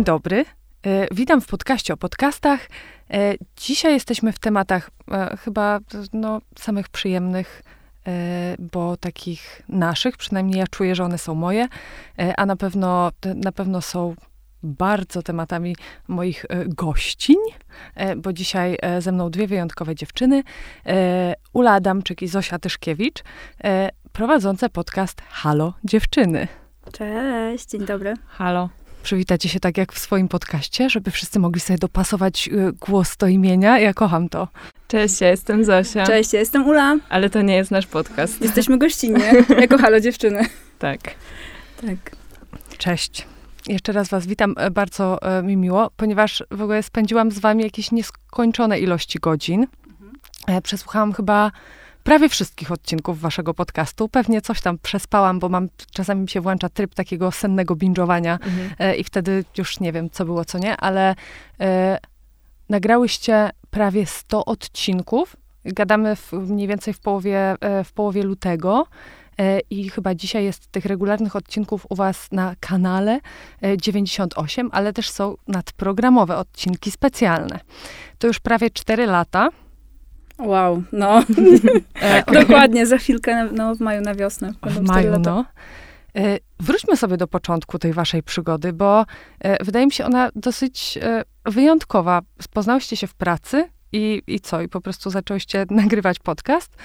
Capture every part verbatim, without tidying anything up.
dobry. E, witam w podcaście o podcastach. E, dzisiaj jesteśmy w tematach e, chyba no, samych przyjemnych, e, bo takich naszych, przynajmniej ja czuję, że one są moje, e, a na pewno, na pewno są bardzo tematami moich e, gościń, e, bo dzisiaj e, ze mną dwie wyjątkowe dziewczyny, e, Ula Adamczyk i Zosia Tyszkiewicz, e, prowadzące podcast Halo Dziewczyny. Cześć, dzień dobry. Halo. Przywitacie się tak jak w swoim podcaście, żeby wszyscy mogli sobie dopasować y, głos do imienia. Ja kocham to. Cześć, ja jestem Zosia. Cześć, ja jestem Ula. Ale to nie jest nasz podcast. Jesteśmy gościnnie, jako Halo Dziewczyny. Tak. Tak. Cześć. Jeszcze raz was witam, bardzo e, mi miło, ponieważ w ogóle spędziłam z wami jakieś nieskończone ilości godzin. Mhm. E, przesłuchałam chyba prawie wszystkich odcinków waszego podcastu. Pewnie coś tam przespałam, bo mam, czasami mi się włącza tryb takiego sennego binge'owania mhm. e, i wtedy już nie wiem, co było, co nie, ale e, nagrałyście prawie sto odcinków. Gadamy w, mniej więcej w połowie, e, w połowie lutego e, i chyba dzisiaj jest tych regularnych odcinków u was na kanale e, dziewięćdziesiąt osiem, ale też są nadprogramowe odcinki specjalne. To już prawie cztery lata. Wow, no. E, Dokładnie, za chwilkę, no w maju na wiosnę. W maju, lata. no. E, wróćmy sobie do początku tej waszej przygody, bo e, wydaje mi się ona dosyć e, wyjątkowa. Poznałyście się w pracy i, i co? I po prostu zaczęłyście nagrywać podcast?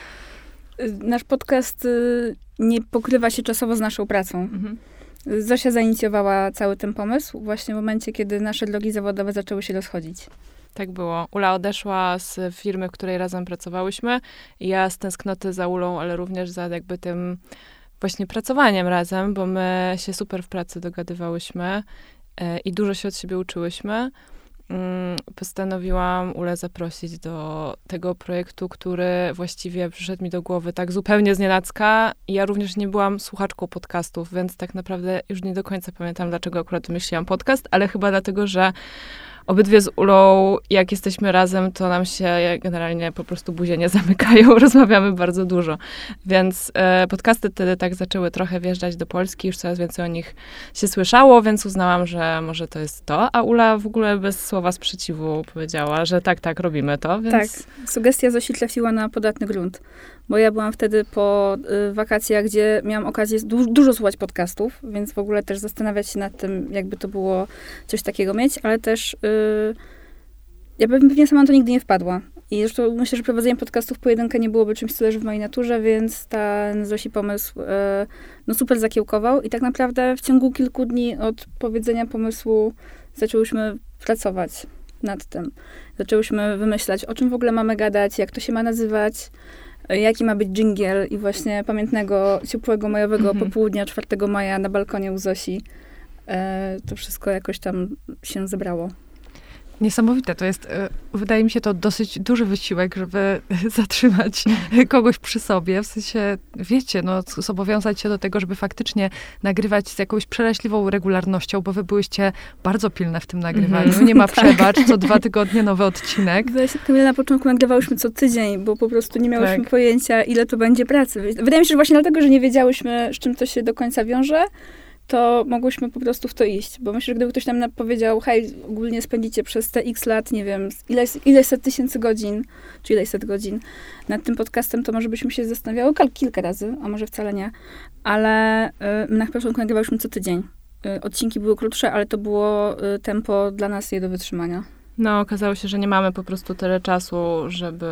Nasz podcast y, nie pokrywa się czasowo z naszą pracą. Mhm. Zosia zainicjowała cały ten pomysł właśnie w momencie, kiedy nasze drogi zawodowe zaczęły się rozchodzić. Tak było. Ula odeszła z firmy, w której razem pracowałyśmy. Ja z tęsknoty za Ulą, ale również za jakby tym właśnie pracowaniem razem, bo my się super w pracy dogadywałyśmy e, i dużo się od siebie uczyłyśmy. Mm, postanowiłam Ulę zaprosić do tego projektu, który właściwie przyszedł mi do głowy tak zupełnie znienacka. Ja również nie byłam słuchaczką podcastów, więc tak naprawdę już nie do końca pamiętam, dlaczego akurat wymyśliłam podcast, ale chyba dlatego, że obydwie z Ulą, jak jesteśmy razem, to nam się generalnie po prostu buzie nie zamykają, rozmawiamy bardzo dużo. Więc e, podcasty wtedy tak zaczęły trochę wjeżdżać do Polski, już coraz więcej o nich się słyszało, więc uznałam, że może to jest to. A Ula w ogóle bez słowa sprzeciwu powiedziała, że tak, tak, robimy to. Więc... Tak, sugestia Zosi trafiła na podatny grunt. Bo ja byłam wtedy po y, wakacjach, gdzie miałam okazję du- dużo słuchać podcastów, więc w ogóle też zastanawiać się nad tym, jakby to było coś takiego mieć, ale też y, ja pewnie sama na to nigdy nie wpadła. I zresztą myślę, że prowadzenie podcastów w pojedynkę nie byłoby czymś, co leży w mojej naturze, więc ten Zosi pomysł y, no super zakiełkował i tak naprawdę w ciągu kilku dni od powiedzenia pomysłu zaczęłyśmy pracować nad tym. Zaczęłyśmy wymyślać, o czym w ogóle mamy gadać, jak to się ma nazywać, jaki ma być dżingiel i właśnie pamiętnego, ciepłego majowego mm-hmm. popołudnia czwartego maja na balkonie u Zosi. E, to wszystko jakoś tam się zebrało. Niesamowite. To jest, wydaje mi się, to dosyć duży wysiłek, żeby zatrzymać kogoś przy sobie. W sensie, wiecie, no, zobowiązać się do tego, żeby faktycznie nagrywać z jakąś przeraźliwą regularnością, bo wy byłyście bardzo pilne w tym nagrywaniu. Mm-hmm. Nie ma przebacz, co dwa tygodnie nowy odcinek. Kamila, na początku nagrywałyśmy co tydzień, bo po prostu nie miałyśmy tak. pojęcia, ile to będzie pracy. Wydaje mi się, że właśnie dlatego, że nie wiedziałyśmy, z czym to się do końca wiąże, to mogłyśmy po prostu w to iść. Bo myślę, że gdyby ktoś nam powiedział, hej, ogólnie spędzicie przez te x lat, nie wiem, ileś, ileś set tysięcy godzin, czy ileś set godzin nad tym podcastem, to może byśmy się zastanawiały kilka razy, a może wcale nie. Ale y, my na początku nagrywałyśmy co tydzień. Y, odcinki były krótsze, ale to było y, tempo dla nas je do wytrzymania. No, okazało się, że nie mamy po prostu tyle czasu, żeby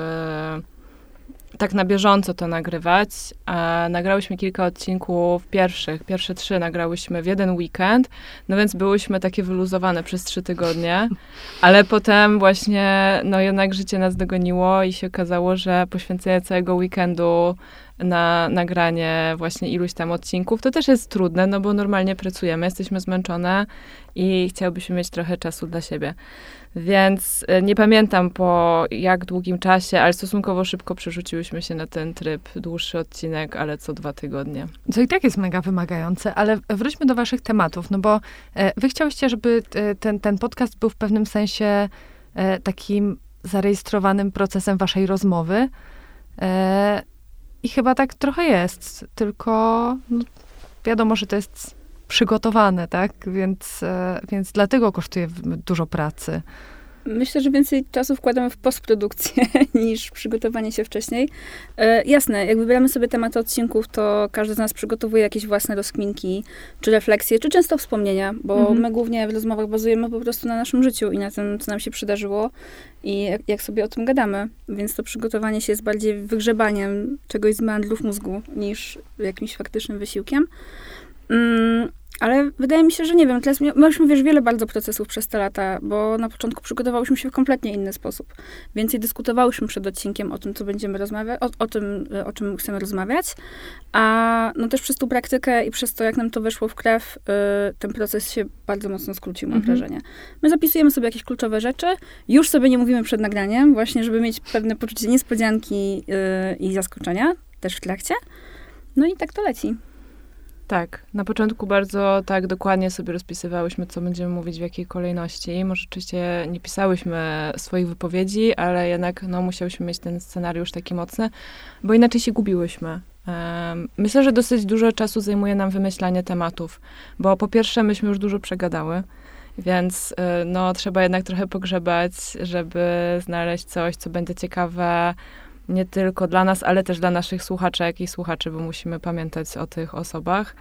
tak na bieżąco to nagrywać. A nagrałyśmy kilka odcinków pierwszych. Pierwsze trzy nagrałyśmy w jeden weekend, no więc byłyśmy takie wyluzowane przez trzy tygodnie, ale potem właśnie, no jednak życie nas dogoniło i się okazało, że poświęcenie całego weekendu na nagranie właśnie iluś tam odcinków, to też jest trudne, no bo normalnie pracujemy, jesteśmy zmęczone i chciałybyśmy mieć trochę czasu dla siebie. Więc nie pamiętam po jak długim czasie, ale stosunkowo szybko przerzuciłyśmy się na ten tryb, dłuższy odcinek, ale co dwa tygodnie. Co i tak jest mega wymagające, ale wróćmy do waszych tematów, no bo e, wy chciałyście, żeby ten, ten podcast był w pewnym sensie e, takim zarejestrowanym procesem waszej rozmowy. E, I chyba tak trochę jest, tylko no, wiadomo, że to jest przygotowane, tak? Więc, więc dlatego kosztuje dużo pracy. Myślę, że więcej czasu wkładamy w postprodukcję niż przygotowanie się wcześniej. E, jasne, jak wybieramy sobie tematy odcinków, to każdy z nas przygotowuje jakieś własne rozkminki, czy refleksje, czy często wspomnienia, bo mhm. my głównie w rozmowach bazujemy po prostu na naszym życiu i na tym, co nam się przydarzyło i jak, jak sobie o tym gadamy. Więc to przygotowanie się jest bardziej wygrzebaniem czegoś z meandrów mózgu, niż jakimś faktycznym wysiłkiem. Mm. Ale wydaje mi się, że nie wiem, teraz mieliśmy, wiesz, wiele bardzo procesów przez te lata, bo na początku przygotowałyśmy się w kompletnie inny sposób. Więcej dyskutowałyśmy przed odcinkiem o tym, co będziemy rozmawiać, o, o tym, o czym chcemy rozmawiać, a no też przez tą praktykę i przez to, jak nam to weszło w krew, y, ten proces się bardzo mocno skrócił, mam mhm. wrażenie. My zapisujemy sobie jakieś kluczowe rzeczy, już sobie nie mówimy przed nagraniem, właśnie, żeby mieć pewne poczucie niespodzianki y, i zaskoczenia, też w trakcie. No i tak to leci. Tak, na początku bardzo tak dokładnie sobie rozpisywałyśmy, co będziemy mówić, w jakiej kolejności. Może oczywiście nie pisałyśmy swoich wypowiedzi, ale jednak no, musiałyśmy mieć ten scenariusz taki mocny, bo inaczej się gubiłyśmy. Um, myślę, że dosyć dużo czasu zajmuje nam wymyślanie tematów, bo po pierwsze myśmy już dużo przegadały, więc no, trzeba jednak trochę pogrzebać, żeby znaleźć coś, co będzie ciekawe, nie tylko dla nas, ale też dla naszych słuchaczek i słuchaczy, bo musimy pamiętać o tych osobach.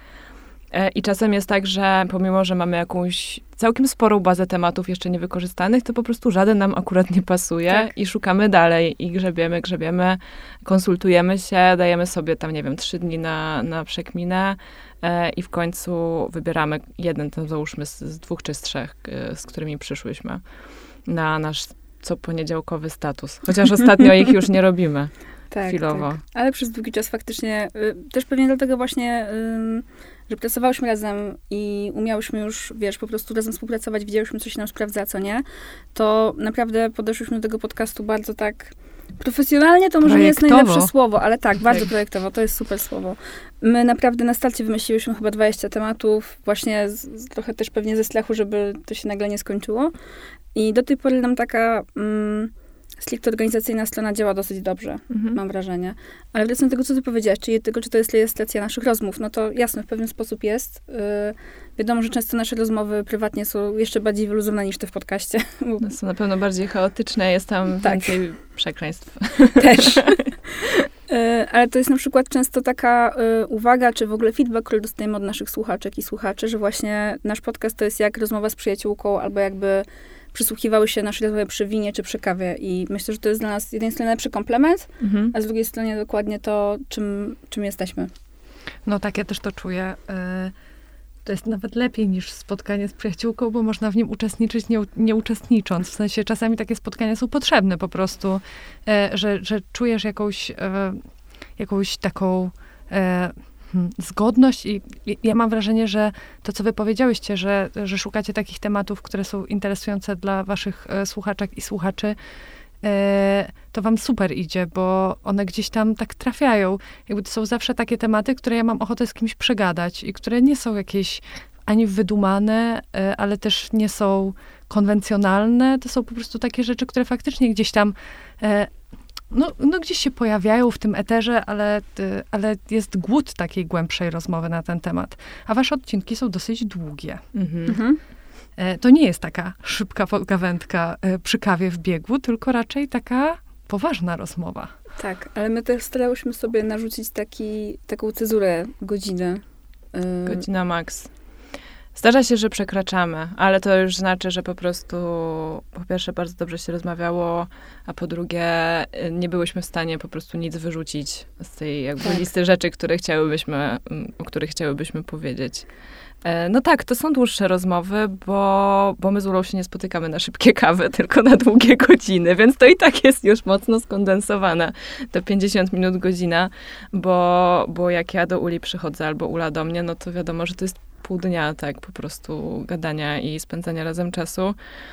I czasem jest tak, że pomimo, że mamy jakąś całkiem sporą bazę tematów jeszcze niewykorzystanych, to po prostu żaden nam akurat nie pasuje tak. i szukamy dalej i grzebiemy, grzebiemy, konsultujemy się, dajemy sobie tam, nie wiem, trzy dni na, na przekminę e, i w końcu wybieramy jeden, ten załóżmy z, z dwóch czy z trzech, e, z którymi przyszłyśmy na nasz co poniedziałkowy status. Chociaż ostatnio ich już nie robimy. Tak, chwilowo. Tak. Ale przez długi czas faktycznie, y, też pewnie dlatego właśnie, y, że pracowałyśmy razem i umiałyśmy już, wiesz, po prostu razem współpracować, widziałyśmy, co się nam sprawdza, co nie, to naprawdę podeszłyśmy do tego podcastu bardzo tak profesjonalnie, to może projektowo. Nie jest najlepsze słowo, ale tak, bardzo tak. projektowo, to jest super słowo. My naprawdę na starcie wymyśliłyśmy chyba dwadzieścia tematów, właśnie z, z, trochę też pewnie ze strachu, żeby to się nagle nie skończyło. I do tej pory nam taka mm, stricte organizacyjna strona działa dosyć dobrze, mhm. mam wrażenie. Ale wracając do tego, co ty powiedziałaś, czyli tego, czy to jest rejestracja naszych rozmów, no to jasne, w pewien sposób jest. Yy, wiadomo, że często nasze rozmowy prywatnie są jeszcze bardziej wyluzowane niż te w podcaście. No, są na pewno bardziej chaotyczne, jest tam tak. więcej przekleństw. Też. Yy, ale to jest na przykład często taka yy, uwaga, czy w ogóle feedback, który dostajemy od naszych słuchaczek i słuchaczy, że właśnie nasz podcast to jest jak rozmowa z przyjaciółką, albo jakby przysłuchiwały się nasze rozmowy przy winie czy przy kawie. I myślę, że to jest dla nas z jednej strony lepszy komplement, mhm. a z drugiej strony dokładnie to, czym, czym jesteśmy. No tak, ja też to czuję. To jest nawet lepiej niż spotkanie z przyjaciółką, bo można w nim uczestniczyć nie, nie uczestnicząc. W sensie czasami takie spotkania są potrzebne po prostu, że, że czujesz jakąś, jakąś taką zgodność i ja mam wrażenie, że to, co wy powiedziałyście, że, że szukacie takich tematów, które są interesujące dla waszych e, słuchaczek i słuchaczy, e, to wam super idzie, bo one gdzieś tam tak trafiają. Jakby to są zawsze takie tematy, które ja mam ochotę z kimś przegadać i które nie są jakieś ani wydumane, e, ale też nie są konwencjonalne. To są po prostu takie rzeczy, które faktycznie gdzieś tam e, No, no gdzieś się pojawiają w tym eterze, ale, ale jest głód takiej głębszej rozmowy na ten temat. A wasze odcinki są dosyć długie. Mhm. Mhm. To nie jest taka szybka pogawędka przy kawie w biegu, tylko raczej taka poważna rozmowa. Tak, ale my też starałyśmy sobie narzucić taki, taką cezurę godziny. Godzina max. Zdarza się, że przekraczamy, ale to już znaczy, że po prostu po pierwsze bardzo dobrze się rozmawiało, a po drugie nie byłyśmy w stanie po prostu nic wyrzucić z tej jakby tak. listy rzeczy, które chciałybyśmy, o których chciałybyśmy powiedzieć. No tak, to są dłuższe rozmowy, bo, bo my z Ulą się nie spotykamy na szybkie kawy, tylko na długie godziny, więc to i tak jest już mocno skondensowane. To pięćdziesiąt minut, godzina, bo, bo jak ja do Uli przychodzę albo Ula do mnie, no to wiadomo, że to jest pół dnia, tak, po prostu gadania i spędzania razem czasu.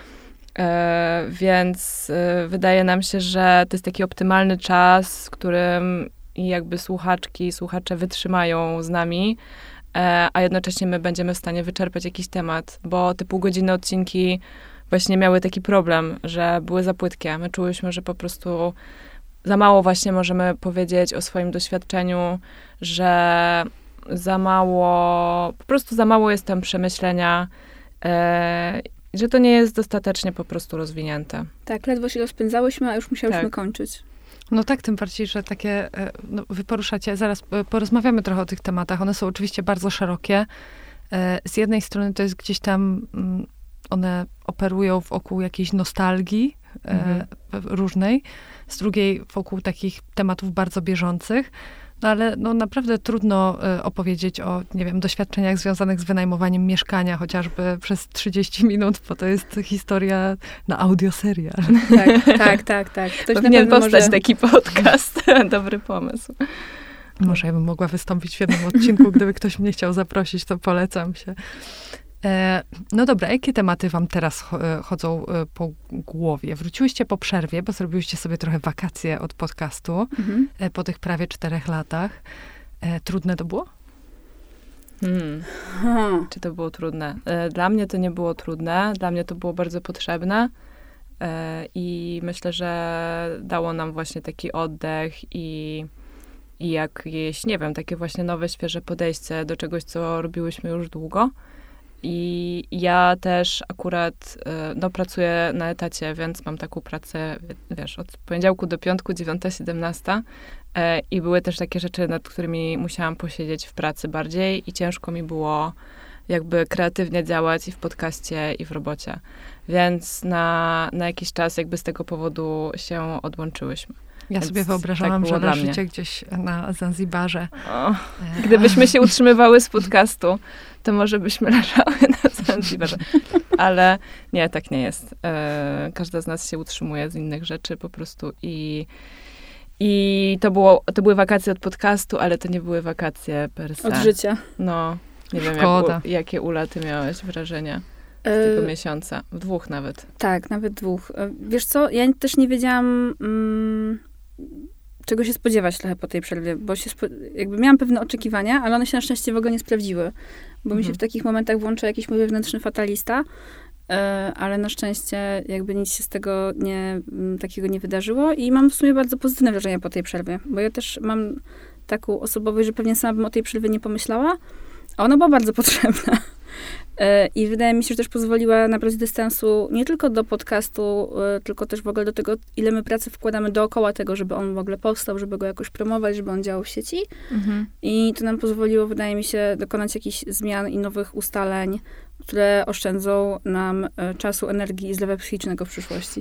E, więc e, wydaje nam się, że to jest taki optymalny czas, w którym jakby słuchaczki, słuchacze wytrzymają z nami, e, a jednocześnie my będziemy w stanie wyczerpać jakiś temat, bo te półgodzinne odcinki właśnie miały taki problem, że były za płytkie. My czułyśmy, że po prostu za mało właśnie możemy powiedzieć o swoim doświadczeniu, że za mało, po prostu za mało jest tam przemyślenia, e, że to nie jest dostatecznie po prostu rozwinięte. Tak, ledwo się rozpędzałyśmy, a już musiałyśmy tak. kończyć. No tak, tym bardziej, że takie, no, wy poruszacie, zaraz porozmawiamy trochę o tych tematach. One są oczywiście bardzo szerokie. Z jednej strony to jest gdzieś tam, one operują wokół jakiejś nostalgii mhm. różnej, z drugiej wokół takich tematów bardzo bieżących. No ale no, naprawdę trudno y, opowiedzieć o, nie wiem, doświadczeniach związanych z wynajmowaniem mieszkania, chociażby przez trzydzieści minut, bo to jest historia na audioserial. Tak, tak, tak. tak. Ktoś powinien powstać może... taki podcast. Dobry pomysł. Może ja bym mogła wystąpić w jednym odcinku, gdyby ktoś mnie chciał zaprosić, to polecam się. E, no dobra, jakie tematy wam teraz chodzą po głowie? Wróciłyście po przerwie, bo zrobiłyście sobie trochę wakacje od podcastu mhm. e, po tych prawie czterech latach. E, trudne to było? Hmm. Hmm. Czy to było trudne? E, dla mnie to nie było trudne. Dla mnie to było bardzo potrzebne. E, I myślę, że dało nam właśnie taki oddech i i jakieś, nie wiem, takie właśnie nowe, świeże podejście do czegoś, co robiłyśmy już długo. I ja też akurat, no, pracuję na etacie, więc mam taką pracę, wiesz, od poniedziałku do piątku, dziewiąta, siedemnasta. I były też takie rzeczy, nad którymi musiałam posiedzieć w pracy bardziej i ciężko mi było jakby kreatywnie działać i w podcaście, i w robocie. Więc na, na jakiś czas jakby z tego powodu się odłączyłyśmy. Ja Więc sobie wyobrażałam, tak że leżycie gdzieś na Zanzibarze. O, gdybyśmy się utrzymywały z podcastu, to może byśmy leżały na Zanzibarze. Ale nie, tak nie jest. E, każda z nas się utrzymuje z innych rzeczy po prostu i i to, było, to były wakacje od podcastu, ale to nie były wakacje per se. Od życia. No, nie wiem, jak, jakie, Ula, ty miałeś wrażenia z tego e... miesiąca. W dwóch nawet. Tak, nawet dwóch. Wiesz co, ja też nie wiedziałam... Mm... czego się spodziewać trochę po tej przerwie, bo się spo... jakby miałam pewne oczekiwania, ale one się na szczęście w ogóle nie sprawdziły, bo mhm. mi się w takich momentach włącza jakiś mój wewnętrzny fatalista, yy, ale na szczęście jakby nic się z tego nie, m, takiego nie wydarzyło i mam w sumie bardzo pozytywne wrażenia po tej przerwie, bo ja też mam taką osobowość, że pewnie sama bym o tej przerwie nie pomyślała, a ona była bardzo potrzebna. I wydaje mi się, że też pozwoliła nabrać dystansu nie tylko do podcastu, tylko też w ogóle do tego, ile my pracy wkładamy dookoła tego, żeby on w ogóle powstał, żeby go jakoś promować, żeby on działał w sieci. Mhm. I to nam pozwoliło, wydaje mi się, dokonać jakichś zmian i nowych ustaleń, które oszczędzą nam czasu, energii i zdrowia psychicznego w przyszłości.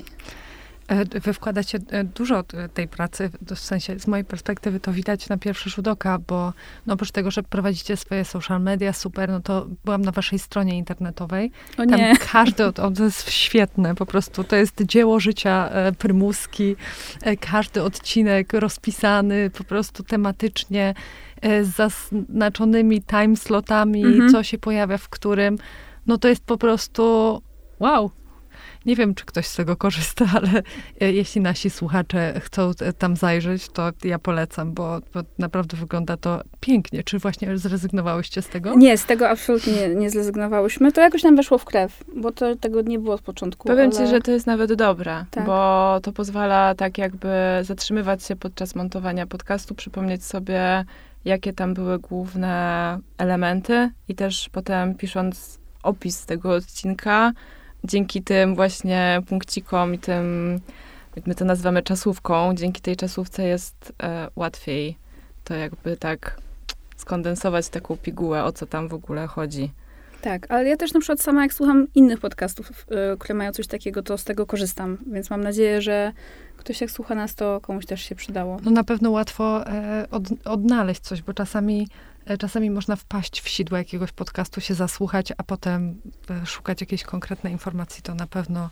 Wy wkładacie dużo tej pracy, w sensie z mojej perspektywy to widać na pierwszy rzut oka, bo no oprócz tego, że prowadzicie swoje social media, super, no to byłam na waszej stronie internetowej. O nie. Tam każdy, to jest świetne, po prostu to jest dzieło życia Prymuski. Każdy odcinek rozpisany po prostu tematycznie, z zaznaczonymi timeslotami, mhm. co się pojawia w którym. No to jest po prostu wow. Nie wiem, czy ktoś z tego korzysta, ale jeśli nasi słuchacze chcą tam zajrzeć, to ja polecam, bo, bo naprawdę wygląda to pięknie. Czy właśnie zrezygnowałyście z tego? Nie, z tego absolutnie nie, nie zrezygnowałyśmy. To jakoś nam weszło w krew, bo to, tego nie było od początku. Powiem ale... ci, że to jest nawet dobre, tak. Bo to pozwala tak jakby zatrzymywać się podczas montowania podcastu, przypomnieć sobie, jakie tam były główne elementy i też potem pisząc opis tego odcinka, dzięki tym właśnie punkcikom i tym, jak my to nazywamy, czasówką, dzięki tej czasówce jest e, łatwiej to jakby tak skondensować taką pigułę, o co tam w ogóle chodzi. Tak, ale ja też na przykład sama jak słucham innych podcastów, y, które mają coś takiego, to z tego korzystam, więc mam nadzieję, że ktoś jak słucha nas, to komuś też się przydało. No na pewno łatwo e, od, odnaleźć coś, bo czasami Czasami można wpaść w sidło jakiegoś podcastu, się zasłuchać, a potem szukać jakiejś konkretnej informacji. To na pewno,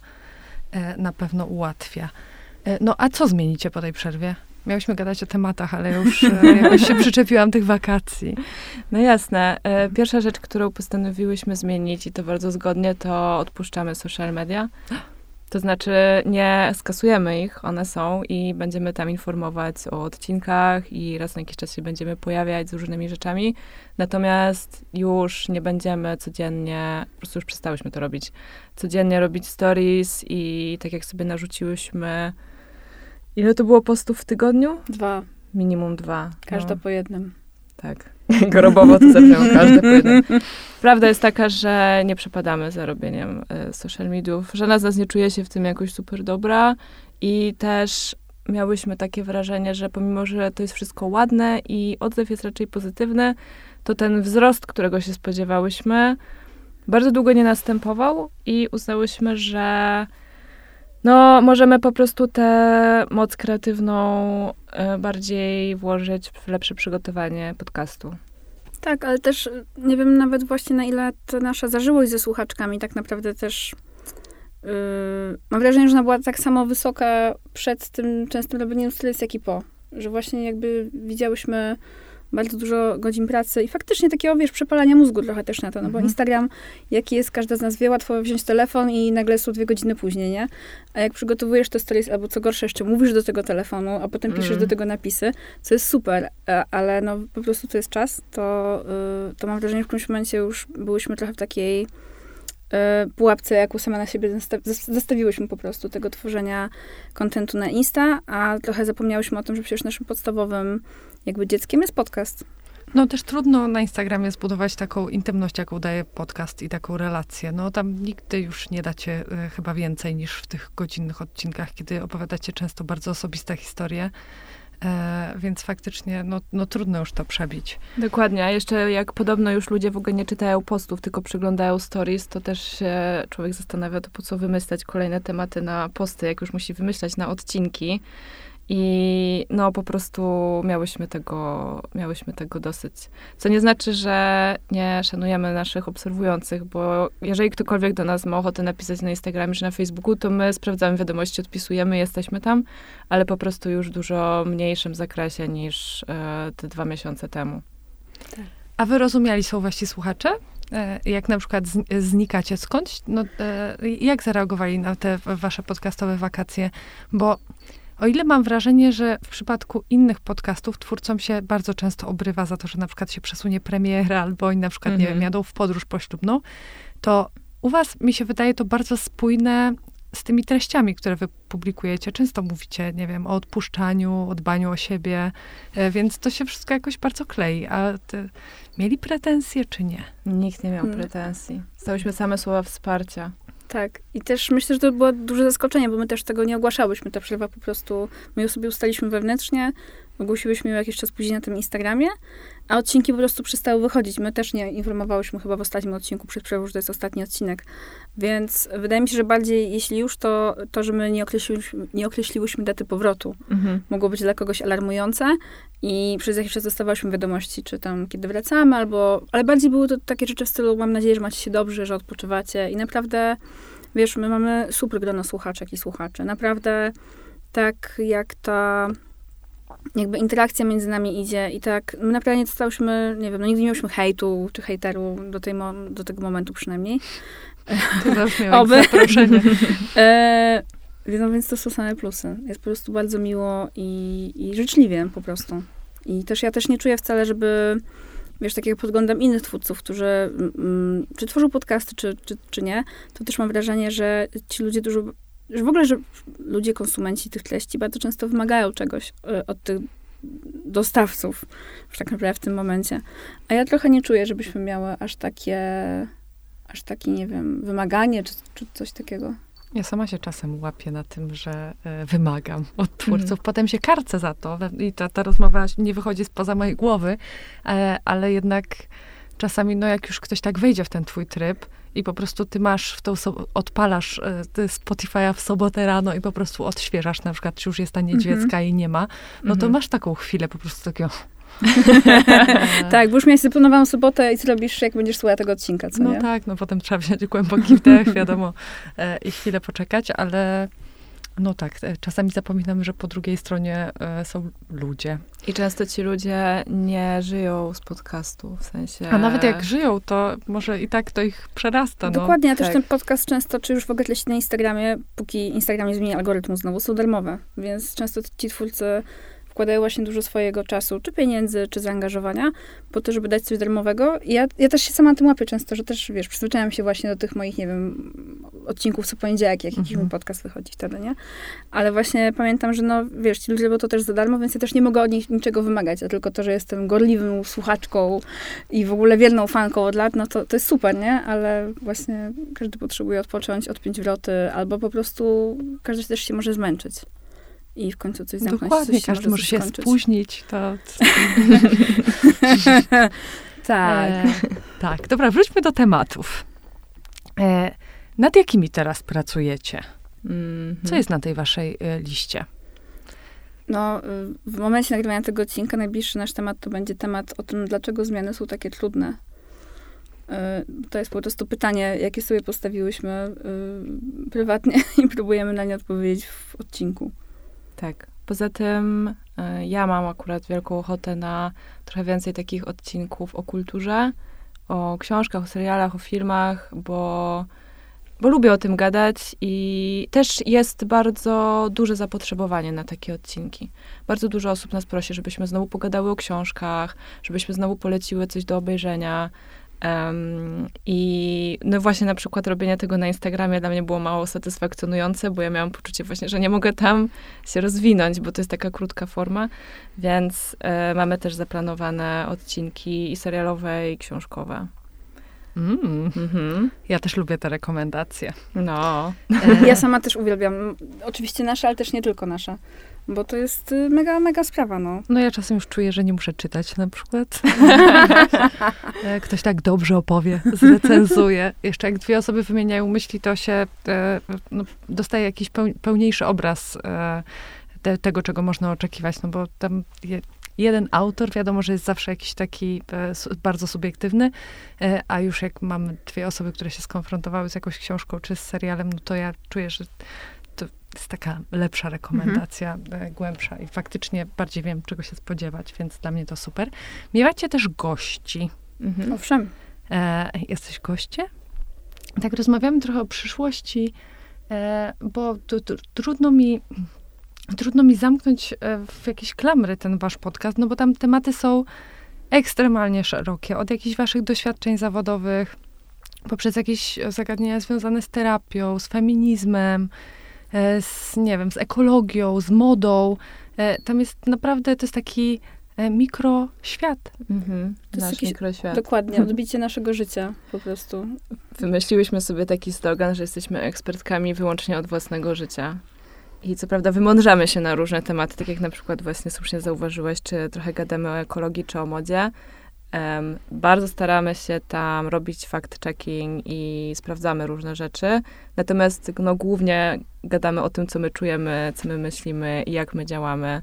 na pewno ułatwia. No a co zmienicie po tej przerwie? Miałyśmy gadać o tematach, ale już jakoś się przyczepiłam tych wakacji. No jasne. Pierwsza rzecz, którą postanowiłyśmy zmienić i to bardzo zgodnie, to odpuszczamy social media. To znaczy nie skasujemy ich, one są i będziemy tam informować o odcinkach i raz na jakiś czas się będziemy pojawiać z różnymi rzeczami. Natomiast już nie będziemy codziennie, po prostu już przestałyśmy to robić, codziennie robić stories i tak jak sobie narzuciłyśmy, ile to było postów w tygodniu? Dwa. Minimum dwa. Każda no. po jednym. Tak. Grobowo to zabrzmiało każde pojedyncze. Prawda jest taka, że nie przepadamy za robieniem y, social mediów. Żadna z nas nie czuje się w tym jakoś super dobra i też miałyśmy takie wrażenie, że pomimo, że to jest wszystko ładne i odzew jest raczej pozytywny, to ten wzrost, którego się spodziewałyśmy, bardzo długo nie następował i uznałyśmy, że no, możemy po prostu tę moc kreatywną y, bardziej włożyć w lepsze przygotowanie podcastu. Tak, ale też nie wiem nawet właśnie na ile ta nasza zażyłość ze słuchaczkami tak naprawdę też yy, mam wrażenie, że ona była tak samo wysoka przed tym częstym robieniem stories, jak i po. Że właśnie jakby widziałyśmy bardzo dużo godzin pracy i faktycznie takiego, wiesz, przepalania mózgu trochę też na to, no bo Mhm. Instagram, jaki jest, każda z nas wie, łatwo wziąć telefon i nagle są dwie godziny później, nie? A jak przygotowujesz te stories, albo co gorsze, jeszcze mówisz do tego telefonu, a potem piszesz Mhm. do tego napisy, co jest super, a- ale no po prostu to jest czas, to, yy, to mam wrażenie, że w którymś momencie już byłyśmy trochę w takiej yy, pułapce, jaką sama na siebie zasta- zas- zastawiłyśmy po prostu tego tworzenia kontentu na Insta, a trochę zapomniałyśmy o tym, że przecież naszym podstawowym jakby dzieckiem jest podcast. No też trudno na Instagramie zbudować taką intymność, jaką daje podcast i taką relację. No tam nigdy już nie dacie e, chyba więcej niż w tych godzinnych odcinkach, kiedy opowiadacie często bardzo osobiste historie. E, więc faktycznie no, no trudno już to przebić. Dokładnie, a jeszcze jak podobno już ludzie w ogóle nie czytają postów, tylko przyglądają stories, to też się człowiek zastanawia, to po co wymyślać kolejne tematy na posty, jak już musi wymyślać na odcinki. I no po prostu miałyśmy tego, miałyśmy tego dosyć. Co nie znaczy, że nie szanujemy naszych obserwujących, bo jeżeli ktokolwiek do nas ma ochotę napisać na Instagramie czy na Facebooku, to my sprawdzamy wiadomości, odpisujemy, jesteśmy tam, ale po prostu już w dużo mniejszym zakresie niż e, te dwa miesiące temu. A wyrozumiali są wasi słuchacze? E, jak na przykład z, znikacie skądś? No, e, jak zareagowali na te wasze podcastowe wakacje? Bo o ile mam wrażenie, że w przypadku innych podcastów twórcom się bardzo często obrywa za to, że na przykład się przesunie premiera, albo oni na przykład, Mhm. nie wiem, jadą w podróż poślubną, to u was, mi się wydaje, to bardzo spójne z tymi treściami, które wy publikujecie. Często mówicie, nie wiem, o odpuszczaniu, o dbaniu o siebie, e, więc to się wszystko jakoś bardzo klei. A ty, mieli pretensje, czy nie? Nikt nie miał Hmm. pretensji. Stałyśmy same słowa wsparcia. Tak. I też myślę, że to było duże zaskoczenie, bo my też tego nie ogłaszałyśmy. Ta przerwa po prostu, my ją sobie ustaliśmy wewnętrznie, ogłosiłyśmy ją jakiś czas później na tym Instagramie, a odcinki po prostu przestały wychodzić. My też nie informowałyśmy chyba w ostatnim odcinku przed przerwą, że to jest ostatni odcinek. Więc wydaje mi się, że bardziej, jeśli już, to to, że my nie określiłyśmy, nie określiłyśmy daty powrotu, Mhm. mogło być dla kogoś alarmujące i przez jakiś czas dostawałyśmy wiadomości, czy tam kiedy wracamy, albo, ale bardziej były to takie rzeczy w stylu, mam nadzieję, że macie się dobrze, że odpoczywacie i naprawdę, wiesz, my mamy super grono słuchaczek i słuchaczy. Naprawdę tak jak ta jakby interakcja między nami idzie i tak, my naprawdę nie dostałyśmy, nie wiem, no nigdy nie miałyśmy hejtu czy hejteru do, tej mo- do tego momentu przynajmniej. To zabrzmiało jak Oby. zaproszenie. E, no więc to są same plusy. Jest po prostu bardzo miło i, i życzliwie po prostu. I też ja też nie czuję wcale, żeby, wiesz, tak jak podglądam innych twórców, którzy mm, czy tworzą podcasty, czy, czy, czy nie, to też mam wrażenie, że ci ludzie dużo, że w ogóle, że ludzie, konsumenci tych treści bardzo często wymagają czegoś y, od tych dostawców, już tak naprawdę w tym momencie. A ja trochę nie czuję, żebyśmy miały aż takie, aż takie, nie wiem, wymaganie, czy, czy coś takiego. Ja sama się czasem łapię na tym, że e, wymagam od twórców. Mhm. Potem się karcę za to i ta, ta rozmowa nie wychodzi spoza mojej głowy, e, ale jednak czasami, no jak już ktoś tak wejdzie w ten twój tryb i po prostu ty masz w tą, so- odpalasz e, ty Spotify'a w sobotę rano i po prostu odświeżasz, na przykład, czy już jest ta niedźwiecka i nie ma, no to Mhm. masz taką chwilę po prostu takiego... Tak, bo już miałeś zaplanowaną sobotę i co robisz, jak będziesz słuchała tego odcinka, co No nie? tak, no potem trzeba wziąć głęboki wdech, wiadomo, e, i chwilę poczekać, ale no tak, e, czasami zapominamy, że po drugiej stronie e, są ludzie. I często ci ludzie nie żyją z podcastu, w sensie... A nawet jak żyją, to może i tak to ich przerasta. No. Dokładnie, a też tak. ten podcast często, czy już w ogóle treści na Instagramie, póki Instagram nie zmieni algorytmu znowu, są darmowe, więc często ci twórcy wkładają właśnie dużo swojego czasu, czy pieniędzy, czy zaangażowania, po to, żeby dać coś darmowego. I ja, ja też się sama na tym łapię często, że też, wiesz, przyzwyczaiłam się właśnie do tych moich, nie wiem, odcinków co poniedziałek, jak jakiś Mhm. mój podcast wychodzi wtedy, nie? Ale właśnie pamiętam, że no, wiesz, ci ludzie robią to też za darmo, więc ja też nie mogę od nich niczego wymagać, a tylko to, że jestem gorliwą słuchaczką i w ogóle wierną fanką od lat, no to, to jest super, nie? Ale właśnie każdy potrzebuje odpocząć, odpiąć wroty, albo po prostu każdy też się może zmęczyć. I w końcu coś zamknąć. Dokładnie, coś każdy może się skończyć. spóźnić. To... Tak. E, tak, dobra, wróćmy do tematów. E, nad jakimi teraz pracujecie? Mhm. Co jest na tej waszej e, liście? No, y, w momencie nagrywania tego odcinka najbliższy nasz temat to będzie temat o tym, dlaczego zmiany są takie trudne. Y, To jest po prostu pytanie, jakie sobie postawiłyśmy y, prywatnie i próbujemy na nie odpowiedzieć w odcinku. Tak. Poza tym y, ja mam akurat wielką ochotę na trochę więcej takich odcinków o kulturze, o książkach, o serialach, o filmach, bo, bo lubię o tym gadać i też jest bardzo duże zapotrzebowanie na takie odcinki. Bardzo dużo osób nas prosi, żebyśmy znowu pogadały o książkach, żebyśmy znowu poleciły coś do obejrzenia. Um, I no właśnie na przykład robienie tego na Instagramie dla mnie było mało satysfakcjonujące, bo ja miałam poczucie właśnie, że nie mogę tam się rozwinąć, bo to jest taka krótka forma, więc e, mamy też zaplanowane odcinki i serialowe, i książkowe. Mm, Mhm. ja też lubię te rekomendacje. No. E, Ja sama też uwielbiam. Oczywiście nasze, ale też nie tylko nasze. Bo to jest y, mega, mega sprawa, no. No ja czasem już czuję, że nie muszę czytać na przykład. E, Ktoś tak dobrze opowie, zrecenzuje. Jeszcze jak dwie osoby wymieniają myśli, to się e, no, dostaje jakiś peł- pełniejszy obraz e, te, tego, czego można oczekiwać. No bo tam je, jeden autor, wiadomo, że jest zawsze jakiś taki e, su, bardzo subiektywny, e, a już jak mamy dwie osoby, które się skonfrontowały z jakąś książką czy z serialem, no to ja czuję, że to jest taka lepsza rekomendacja, e, głębsza i faktycznie bardziej wiem, czego się spodziewać, więc dla mnie to super. Miewacie też gości. Mhm. Owszem. E, jesteś goście? Tak, rozmawiamy trochę o przyszłości, e, bo tu, tu, trudno mi trudno mi zamknąć e, w jakieś klamry ten wasz podcast, no bo tam tematy są ekstremalnie szerokie. Od jakichś waszych doświadczeń zawodowych, poprzez jakieś zagadnienia związane z terapią, z feminizmem, e, z, nie wiem, z ekologią, z modą. E, tam jest naprawdę, to jest taki e, mikroświat. Mhm. To jest Nasz jakiś- mikroświat. Dokładnie, odbicie naszego życia po prostu. Wymyśliłyśmy sobie taki slogan, że jesteśmy ekspertkami wyłącznie od własnego życia. I co prawda wymądrzamy się na różne tematy, tak jak na przykład właśnie słusznie zauważyłeś, czy trochę gadamy o ekologii, czy o modzie. Um, bardzo staramy się tam robić fact-checking i sprawdzamy różne rzeczy. Natomiast no, głównie gadamy o tym, co my czujemy, co my myślimy i jak my działamy.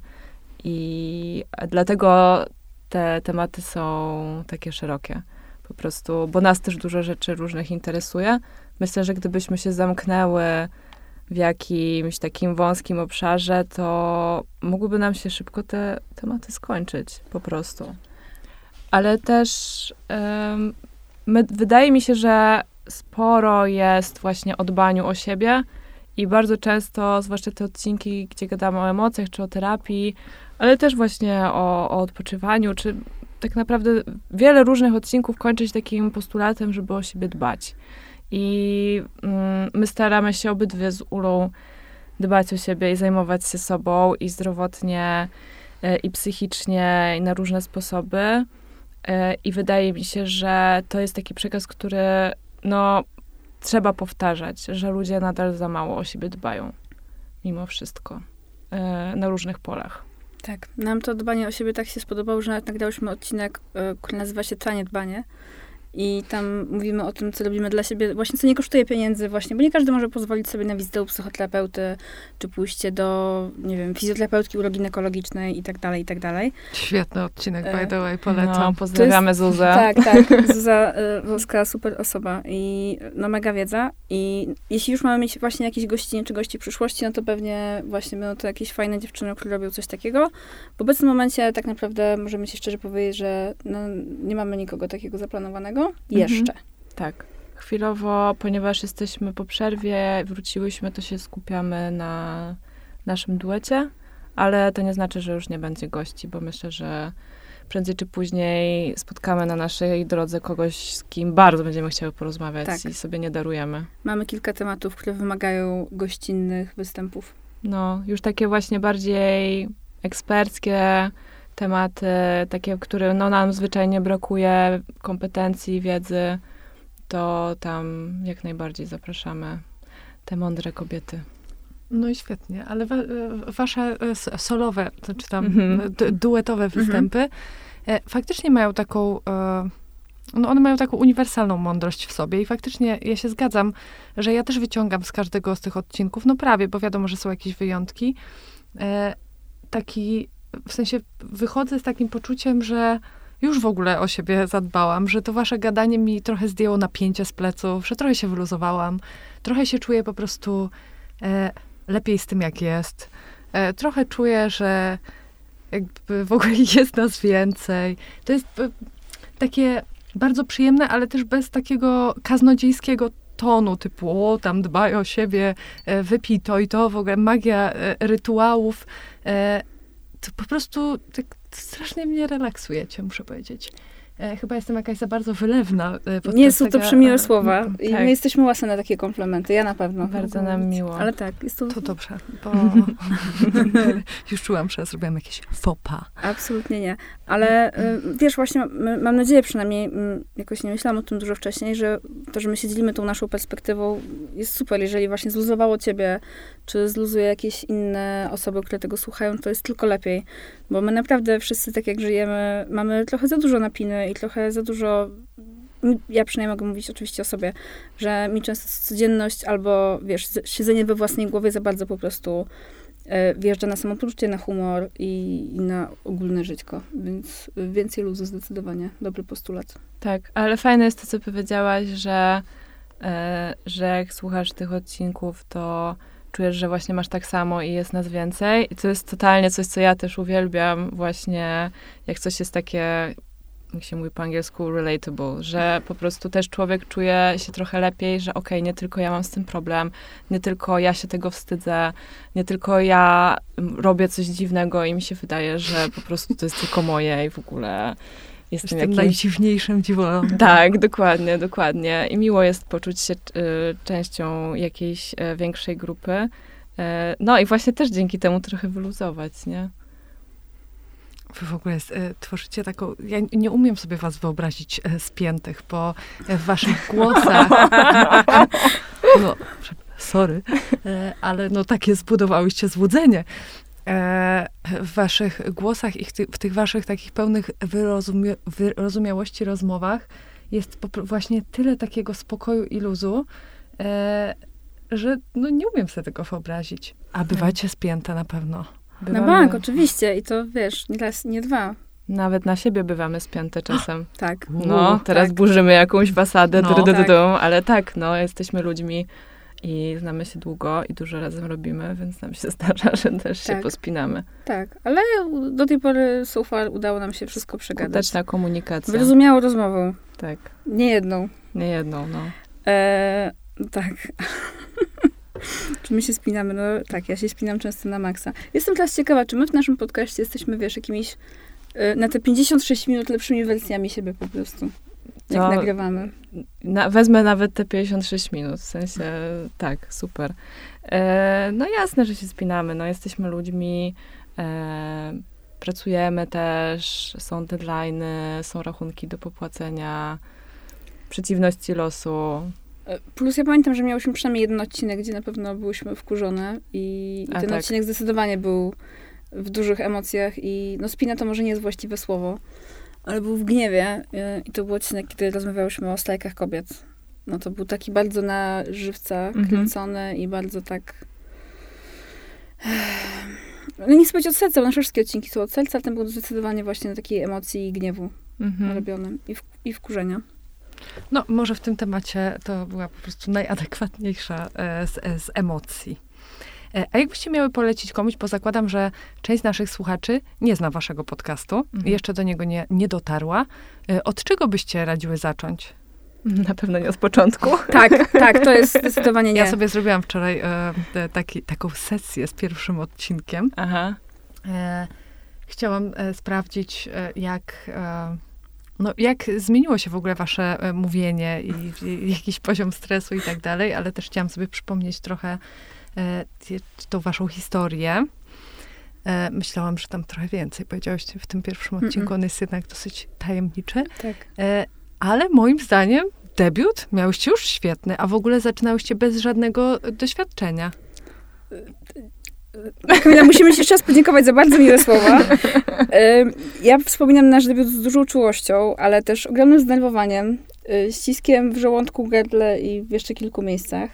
I dlatego te tematy są takie szerokie. Po prostu, bo nas też dużo rzeczy różnych interesuje. Myślę, że gdybyśmy się zamknęły w jakimś takim wąskim obszarze, to mogłyby nam się szybko te tematy skończyć, po prostu. Ale też um, my, wydaje mi się, że sporo jest właśnie o dbaniu o siebie i bardzo często, zwłaszcza te odcinki, gdzie gadamy o emocjach, czy o terapii, ale też właśnie o, o odpoczywaniu, czy tak naprawdę wiele różnych odcinków kończy się takim postulatem, żeby o siebie dbać. I mm, my staramy się obydwie z Ulą dbać o siebie i zajmować się sobą i zdrowotnie, y, i psychicznie, i na różne sposoby. Y, I wydaje mi się, że to jest taki przekaz, który no, trzeba powtarzać, że ludzie nadal za mało o siebie dbają. Mimo wszystko. Y, na różnych polach. Tak, nam to dbanie o siebie tak się spodobało, że nawet nagrałyśmy odcinek, y, który nazywa się Tanie dbanie. I tam mówimy o tym, co robimy dla siebie, właśnie co nie kosztuje pieniędzy właśnie, bo nie każdy może pozwolić sobie na wizytę u psychoterapeuty, czy pójście do, nie wiem, fizjoterapeutki uroginiekologicznej i tak dalej, i tak dalej. Świetny odcinek, E, by the way, polecam. No, pozdrawiamy Zuzę. Tak, tak. Zuza y, Wolska, super osoba i no mega wiedza. I jeśli już mamy mieć właśnie jakieś gościnie czy gości w przyszłości, no to pewnie właśnie będą to jakieś fajne dziewczyny, które robią coś takiego. W obecnym momencie tak naprawdę możemy się szczerze powiedzieć, że no, nie mamy nikogo takiego zaplanowanego. Jeszcze. Tak. Chwilowo, ponieważ jesteśmy po przerwie, wróciłyśmy, to się skupiamy na naszym duecie, ale to nie znaczy, że już nie będzie gości, bo myślę, że prędzej czy później spotkamy na naszej drodze kogoś, z kim bardzo będziemy chciały porozmawiać Tak. i sobie nie darujemy. Mamy kilka tematów, które wymagają gościnnych występów. No, już takie właśnie bardziej eksperckie tematy, takie, które no, nam zwyczajnie brakuje kompetencji, wiedzy, to tam jak najbardziej zapraszamy te mądre kobiety. No i świetnie, ale wa- wasze e, solowe, to czy tam Mhm. d- duetowe występy e, faktycznie mają taką, e, no one mają taką uniwersalną mądrość w sobie i faktycznie ja się zgadzam, że ja też wyciągam z każdego z tych odcinków, no prawie, bo wiadomo, że są jakieś wyjątki, e, taki, w sensie wychodzę z takim poczuciem, że już w ogóle o siebie zadbałam, że to wasze gadanie mi trochę zdjęło napięcie z pleców, że trochę się wyluzowałam, trochę się czuję po prostu e, lepiej z tym, jak jest. E, trochę czuję, że jakby w ogóle jest nas więcej. To jest e, takie bardzo przyjemne, ale też bez takiego kaznodziejskiego tonu, typu o, tam dbaj o siebie, e, wypij to i to, w ogóle magia e, rytuałów. E, to po prostu tak strasznie mnie relaksujecie, muszę powiedzieć. E, chyba jestem jakaś za bardzo wylewna. E, Nie są to tego, przemiłe e, słowa. m, I tak. my jesteśmy łasne na takie komplementy. Ja na pewno. Bardzo nam miło. Ale tak, jest to... To dobrze, bo już czułam, że zrobiłam jakieś faux pas. Absolutnie nie. Ale y, wiesz, właśnie m- mam nadzieję przynajmniej, m, jakoś nie myślałam o tym dużo wcześniej, że to, że my się dzielimy tą naszą perspektywą jest super. Jeżeli właśnie zluzowało ciebie, czy zluzuje jakieś inne osoby, które tego słuchają, to jest tylko lepiej. Bo my naprawdę wszyscy tak jak żyjemy, mamy trochę za dużo napiny i trochę za dużo... Ja przynajmniej mogę mówić oczywiście o sobie, że mi często codzienność albo, wiesz, siedzenie we własnej głowie za bardzo po prostu e, wjeżdża na samopoczucie, na humor i, i na ogólne żyćko. Więc więcej luzu zdecydowanie. Dobry postulat. Tak, ale fajne jest to, co powiedziałaś, że, e, że jak słuchasz tych odcinków, to czujesz, że właśnie masz tak samo i jest nas więcej. I to jest totalnie coś, co ja też uwielbiam właśnie, jak coś jest takie, jak się mówi po angielsku, relatable, że po prostu też człowiek czuje się trochę lepiej, że okej, okay, nie tylko ja mam z tym problem, nie tylko ja się tego wstydzę, nie tylko ja robię coś dziwnego i mi się wydaje, że po prostu to jest tylko moje i w ogóle jestem, Jestem jakimś... najdziwniejszym dziwolą. Tak, dokładnie, dokładnie. I miło jest poczuć się y, częścią jakiejś y, większej grupy. Y, no i właśnie też dzięki temu trochę wyluzować, nie? Wy w ogóle jest, e, tworzycie taką... Ja nie umiem sobie was wyobrazić e, spiętych, bo e, w waszych głosach... no, sorry, e, ale no takie zbudowałyście złudzenie. E, w waszych głosach i w, ty, w tych waszych takich pełnych wyrozumie, wyrozumiałości rozmowach jest po, właśnie tyle takiego spokoju i luzu, e, że no nie umiem sobie tego wyobrazić. A bywacie spięte na pewno. Bywamy, Na bank, oczywiście. I to, wiesz, nie raz, nie dwa. Nawet na siebie bywamy spięte czasem. Tak. No, teraz tak. burzymy jakąś fasadę, No, dru, dru, dru, tak. dru, ale tak, no, jesteśmy ludźmi i znamy się długo i dużo razem robimy, więc nam się zdarza, że też się Tak. pospinamy. Tak, ale do tej pory so far udało nam się wszystko przegadać. Skuteczna komunikacja. Wyrozumiałą rozmową. Tak, Nie jedną. nie jedną, no. E, tak. Czy my się spinamy? No tak, ja się spinam często na maksa. Jestem teraz ciekawa, czy my w naszym podcaście jesteśmy, wiesz, jakimiś e, na te pięćdziesiąt sześć minut lepszymi wersjami siebie po prostu. Jak To- nagrywamy. Na, wezmę nawet te pięćdziesiąt sześć minut, w sensie tak, super. E, no jasne, że się spinamy, no jesteśmy ludźmi, e, pracujemy też, są deadline'y, są rachunki do popłacenia, przeciwności losu. E, Plus ja pamiętam, że miałyśmy przynajmniej jeden odcinek, gdzie na pewno byłyśmy wkurzone i, i A, ten tak. odcinek zdecydowanie był w dużych emocjach i no spina to może nie jest właściwe słowo, ale był w gniewie e, i to był odcinek, kiedy rozmawiałyśmy o strajkach kobiet. No to był taki bardzo na żywca Mhm. kręcony i bardzo tak... No nie chcę powiedzieć od serca, bo nasze wszystkie odcinki są od serca, ale ten był zdecydowanie właśnie na takiej emocji i gniewu Mhm. robiony i, w, i wkurzenia. No, może w tym temacie to była po prostu najadekwatniejsza e, z, e, z emocji. E, a jakbyście miały polecić komuś, bo zakładam, że część naszych słuchaczy nie zna waszego podcastu, Mhm. jeszcze do niego nie, nie dotarła, e, od czego byście radziły zacząć? Na pewno nie od początku. Tak, tak, to jest zdecydowanie nie. Ja sobie zrobiłam wczoraj e, e, taki, taką sesję z pierwszym odcinkiem. Aha. e, chciałam e, sprawdzić, e, jak, e, no, jak zmieniło się w ogóle wasze e, mówienie i, i jakiś poziom stresu i tak dalej, ale też chciałam sobie przypomnieć trochę e, tą waszą historię. E, myślałam, że tam trochę więcej powiedziałyście w tym pierwszym odcinku. Mm-mm. On jest jednak dosyć tajemniczy. Tak. E, ale moim zdaniem debiut miałyście już świetny, a w ogóle zaczynałyście bez żadnego doświadczenia. Kamila, musimy ci jeszcze raz podziękować za bardzo miłe słowa. Ja wspominam nasz debiut z dużą czułością, ale też ogromnym zdenerwowaniem, ściskiem w żołądku, gardle i w jeszcze kilku miejscach.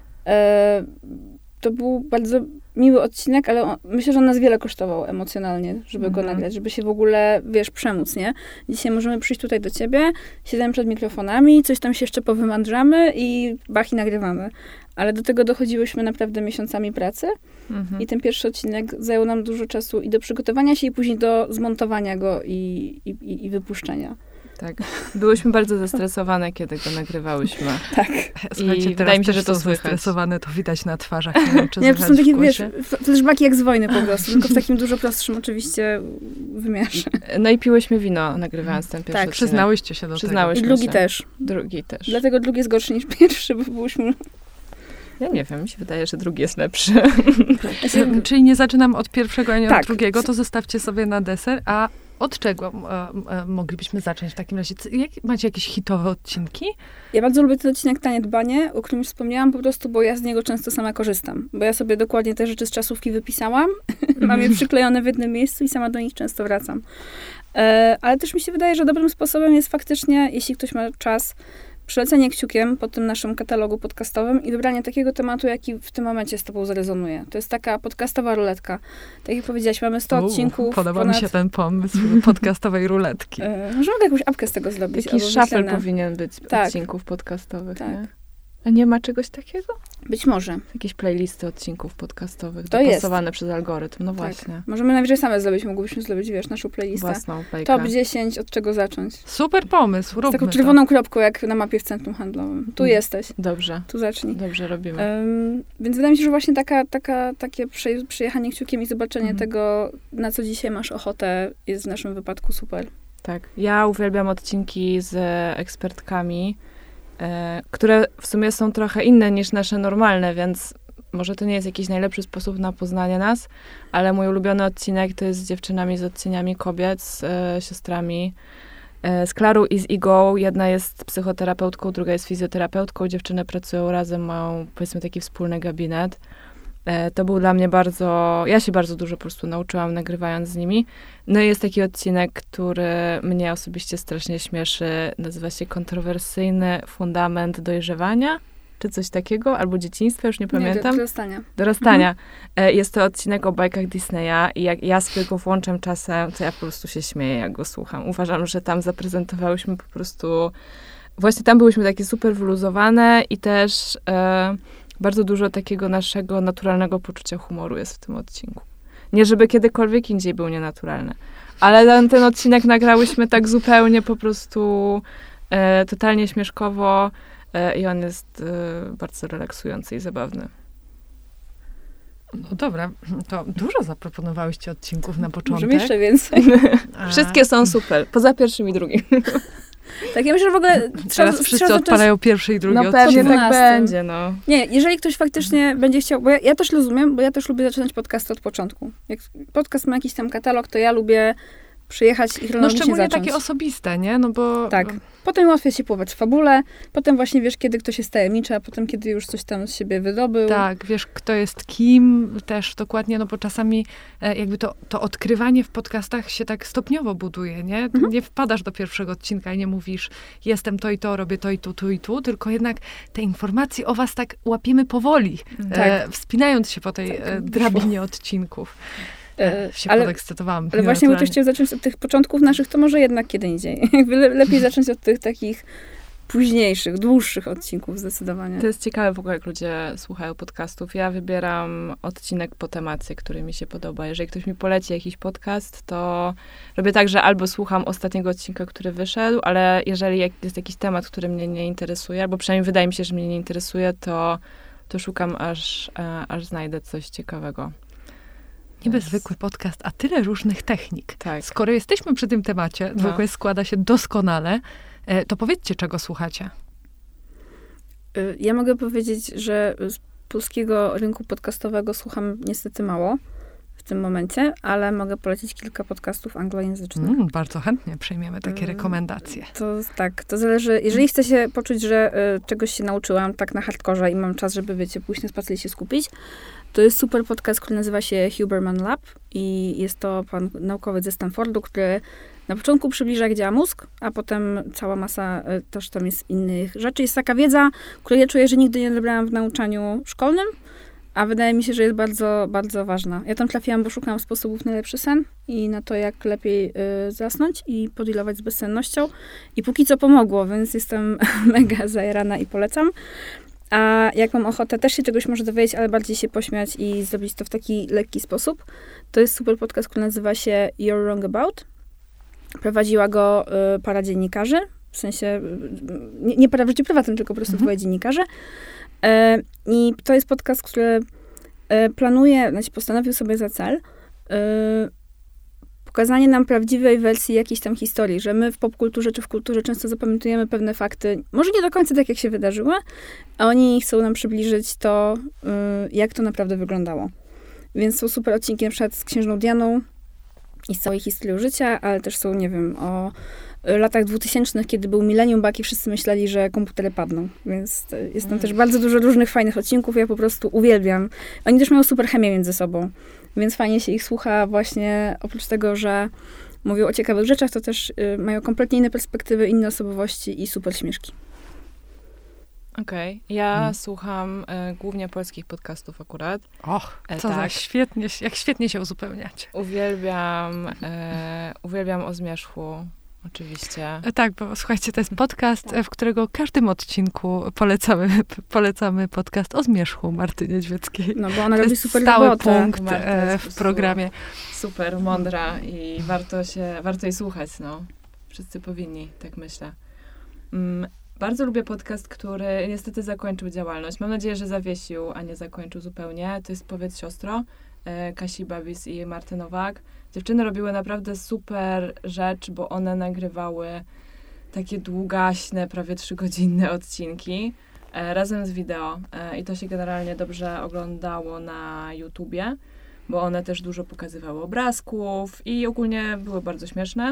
To był bardzo miły odcinek, ale on, myślę, że on nas wiele kosztował emocjonalnie, żeby mhm. go nagrać, żeby się w ogóle, wiesz, przemóc, nie? Dzisiaj możemy przyjść tutaj do ciebie, siedzimy przed mikrofonami, coś tam się jeszcze powymądrzamy i bach, i nagrywamy. Ale do tego dochodziłyśmy naprawdę miesiącami pracy mhm. i ten pierwszy odcinek zajął nam dużo czasu i do przygotowania się, i później do zmontowania go i, i, i wypuszczenia. Tak. Byłyśmy bardzo zestresowane, kiedy go nagrywałyśmy. Tak. Słuchajcie, I wydaje mi się, że to słychać. Zestresowane to widać na twarzach. Nie wiem, czy nie, to są takie, wiesz, flashbacki jak z wojny po prostu, tylko w takim dużo prostszym oczywiście wymiarze. No i piłyśmy wino, nagrywając ten pierwszy Tak, odcinek. Przyznałyście się do Przyznałyśmy tego. I drugi się. też. Drugi też. Dlatego drugi jest gorszy niż pierwszy, bo byłyśmy... Ja nie wiem, mi się wydaje, że drugi jest lepszy. Czyli nie zaczynam od pierwszego, ani tak. od drugiego, to zostawcie sobie na deser. A od czego e, e, moglibyśmy zacząć w takim razie? Jak, macie jakieś hitowe odcinki? Ja bardzo lubię ten odcinek Tanie Dbanie, o którym już wspomniałam, po prostu, bo ja z niego często sama korzystam. Bo ja sobie dokładnie te rzeczy z czasówki wypisałam, mam je przyklejone w jednym miejscu i sama do nich często wracam. E, ale też mi się wydaje, że dobrym sposobem jest faktycznie, jeśli ktoś ma czas, przelecenie kciukiem po tym naszym katalogu podcastowym i wybranie takiego tematu, jaki w tym momencie z tobą zarezonuje. To jest taka podcastowa ruletka. Tak jak powiedziałaś, mamy sto U, odcinków. Podoba ponad... mi się ten pomysł podcastowej ruletki. Yy, możemy jakąś apkę z tego zrobić. Jakiś shuffle powinien być tak. odcinków podcastowych, tak. nie? A nie ma czegoś takiego? Być może. Jakieś playlisty odcinków podcastowych, to dopasowane jest. przez algorytm, no tak. właśnie. Możemy najwyżej same zrobić, mogłybyśmy zrobić, wiesz, naszą playlistę. Własną playkę. Top dziesięć, od czego zacząć. Super pomysł, róbmy Z taką to. czerwoną kropką, jak na mapie w centrum handlowym. Tu mm. jesteś. Dobrze. Tu zacznij. Dobrze robimy. Um, więc wydaje mi się, że właśnie taka, taka, takie prze, przejechanie kciukiem i zobaczenie mm. tego, na co dzisiaj masz ochotę, jest w naszym wypadku super. Tak. Ja uwielbiam odcinki z ekspertkami, które w sumie są trochę inne niż nasze normalne, więc może to nie jest jakiś najlepszy sposób na poznanie nas, ale mój ulubiony odcinek to jest z dziewczynami z odcieniami kobiet, z e, siostrami, e, z Klarą i z Igą. Jedna jest psychoterapeutką, druga jest fizjoterapeutką. Dziewczyny pracują razem, mają, powiedzmy, taki wspólny gabinet. E, to był dla mnie bardzo... Ja się bardzo dużo po prostu nauczyłam, nagrywając z nimi. No i jest taki odcinek, który mnie osobiście strasznie śmieszy. Nazywa się Kontrowersyjny fundament dojrzewania, czy coś takiego, albo dzieciństwa, już nie pamiętam. Nie, dorastania. Dorastania. Mhm. Jest to odcinek o bajkach Disneya i jak ja sobie go włączam czasem, to ja po prostu się śmieję, jak go słucham. Uważam, że tam zaprezentowałyśmy po prostu... Właśnie tam byłyśmy takie super wyluzowane i też e, bardzo dużo takiego naszego naturalnego poczucia humoru jest w tym odcinku. Nie, żeby kiedykolwiek indziej był nienaturalny. Ale ten, ten odcinek nagrałyśmy tak zupełnie po prostu e, totalnie śmieszkowo, i on jest y, bardzo relaksujący i zabawny. No dobra, to dużo zaproponowałyście odcinków na początek. Możemy jeszcze więcej. A. Wszystkie są super, poza pierwszym i drugim. Tak, ja myślę, że w ogóle... Teraz trzeba, wszyscy trzeba odpalają jest... pierwszy i drugi no odcinek. No pewnie tak będzie, no. Nie, jeżeli ktoś faktycznie będzie chciał, bo ja, ja też rozumiem, bo ja też lubię zaczynać podcasty od początku. Jak podcast ma jakiś tam katalog, to ja lubię przyjechać i chronologicznie No szczególnie zacząć. takie osobiste, nie? No bo... Tak. Potem łatwiej się pływać w fabule, potem właśnie wiesz, kiedy ktoś jest tajemniczy, a potem, kiedy już coś tam z siebie wydobył. Tak, wiesz, kto jest kim też dokładnie, no bo czasami e, jakby to, to odkrywanie w podcastach się tak stopniowo buduje, nie? Mhm. Nie wpadasz do pierwszego odcinka i nie mówisz, jestem to i to, robię to i tu, tu i tu, tylko jednak te informacje o was tak łapiemy powoli, tak. e, wspinając się po tej tak. e, drabinie odcinków. E, się ale, podekscytowałam. Ale właśnie, bo ktoś chciał zacząć od tych początków naszych, to może jednak kiedy indziej. Jakby le, lepiej zacząć od tych takich późniejszych, dłuższych odcinków zdecydowanie. To jest ciekawe w ogóle, jak ludzie słuchają podcastów. Ja wybieram odcinek po temacie, który mi się podoba. Jeżeli ktoś mi poleci jakiś podcast, to robię tak, że albo słucham ostatniego odcinka, który wyszedł, ale jeżeli jest jakiś temat, który mnie nie interesuje, albo przynajmniej wydaje mi się, że mnie nie interesuje, to, to szukam, aż, aż znajdę coś ciekawego. Niby zwykły podcast, a tyle różnych technik. Tak. Skoro jesteśmy przy tym temacie, No. w ogóle składa się doskonale, e, to powiedzcie, czego słuchacie. Y, Ja mogę powiedzieć, że z polskiego rynku podcastowego słucham niestety mało w tym momencie, ale mogę polecić kilka podcastów anglojęzycznych. Mm, bardzo chętnie przyjmiemy takie Mm. rekomendacje. To tak, to zależy. Jeżeli chcę się poczuć, że y, czegoś się nauczyłam tak na hardkorze i mam czas, żeby, wiecie, pójść na spacer i się skupić, to jest super podcast, który nazywa się Huberman Lab i jest to pan naukowiec ze Stanfordu, który na początku przybliża, jak działa mózg, a potem cała masa y, też tam jest innych rzeczy. Jest taka wiedza, której ja czuję, że nigdy nie odebrałam w nauczaniu szkolnym, a wydaje mi się, że jest bardzo, bardzo ważna. Ja tam trafiłam, bo szukałam sposobów na lepszy sen i na to, jak lepiej y, zasnąć i podealować z bezsennością. I póki co pomogło, więc jestem mega zajarana i polecam. A jak mam ochotę też się czegoś może dowiedzieć, ale bardziej się pośmiać i zrobić to w taki lekki sposób, to jest super podcast, który nazywa się You're Wrong About. Prowadziła go y, para dziennikarzy, w sensie y, nie, nie para w życiu prywatnym, tylko po prostu Mhm. dwoje dziennikarzy. E, I to jest podcast, który e, planuje, znaczy postanowił sobie za cel e, pokazanie nam prawdziwej wersji jakiejś tam historii, że my w popkulturze czy w kulturze często zapamiętujemy pewne fakty, może nie do końca tak, jak się wydarzyły, a oni chcą nam przybliżyć to, e, jak to naprawdę wyglądało. Więc są super odcinki na przykład z księżną Dianą i z całej historii życia, ale też są, nie wiem, o latach dwutysięcznych, kiedy był Millennium Bug i wszyscy myśleli, że komputery padną. Więc to jest tam Mm. też bardzo dużo różnych fajnych odcinków. Ja po prostu uwielbiam. Oni też mają super chemię między sobą. Więc fajnie się ich słucha właśnie, oprócz tego, że mówią o ciekawych rzeczach, to też y, mają kompletnie inne perspektywy, inne osobowości i super śmieszki. Okej. Ja Hmm. słucham e, głównie polskich podcastów akurat. Och, E, co za tak. świetnie, jak świetnie się uzupełniacie. Uwielbiam, e, uwielbiam O Zmierzchu, oczywiście. E, Tak, bo słuchajcie, to jest podcast, e, w którego każdym odcinku polecamy, p- polecamy podcast o zmierzchu Marty Niedźwieckiej. No bo ona To robi jest super stały robotę. punkt Marta e, jest po w prostu- programie. Super mądra i warto się, warto jej słuchać, no. Wszyscy powinni, tak myślę. Mm, bardzo lubię podcast, który niestety zakończył działalność. Mam nadzieję, że zawiesił, a nie zakończył zupełnie. To jest Powiedz Siostro, e, Kasi Babis i Marty Nowak. Dziewczyny robiły naprawdę super rzecz, bo one nagrywały takie długaśne, prawie trzygodzinne odcinki e, razem z wideo. E, I to się generalnie dobrze oglądało na YouTubie, bo one też dużo pokazywały obrazków i ogólnie były bardzo śmieszne.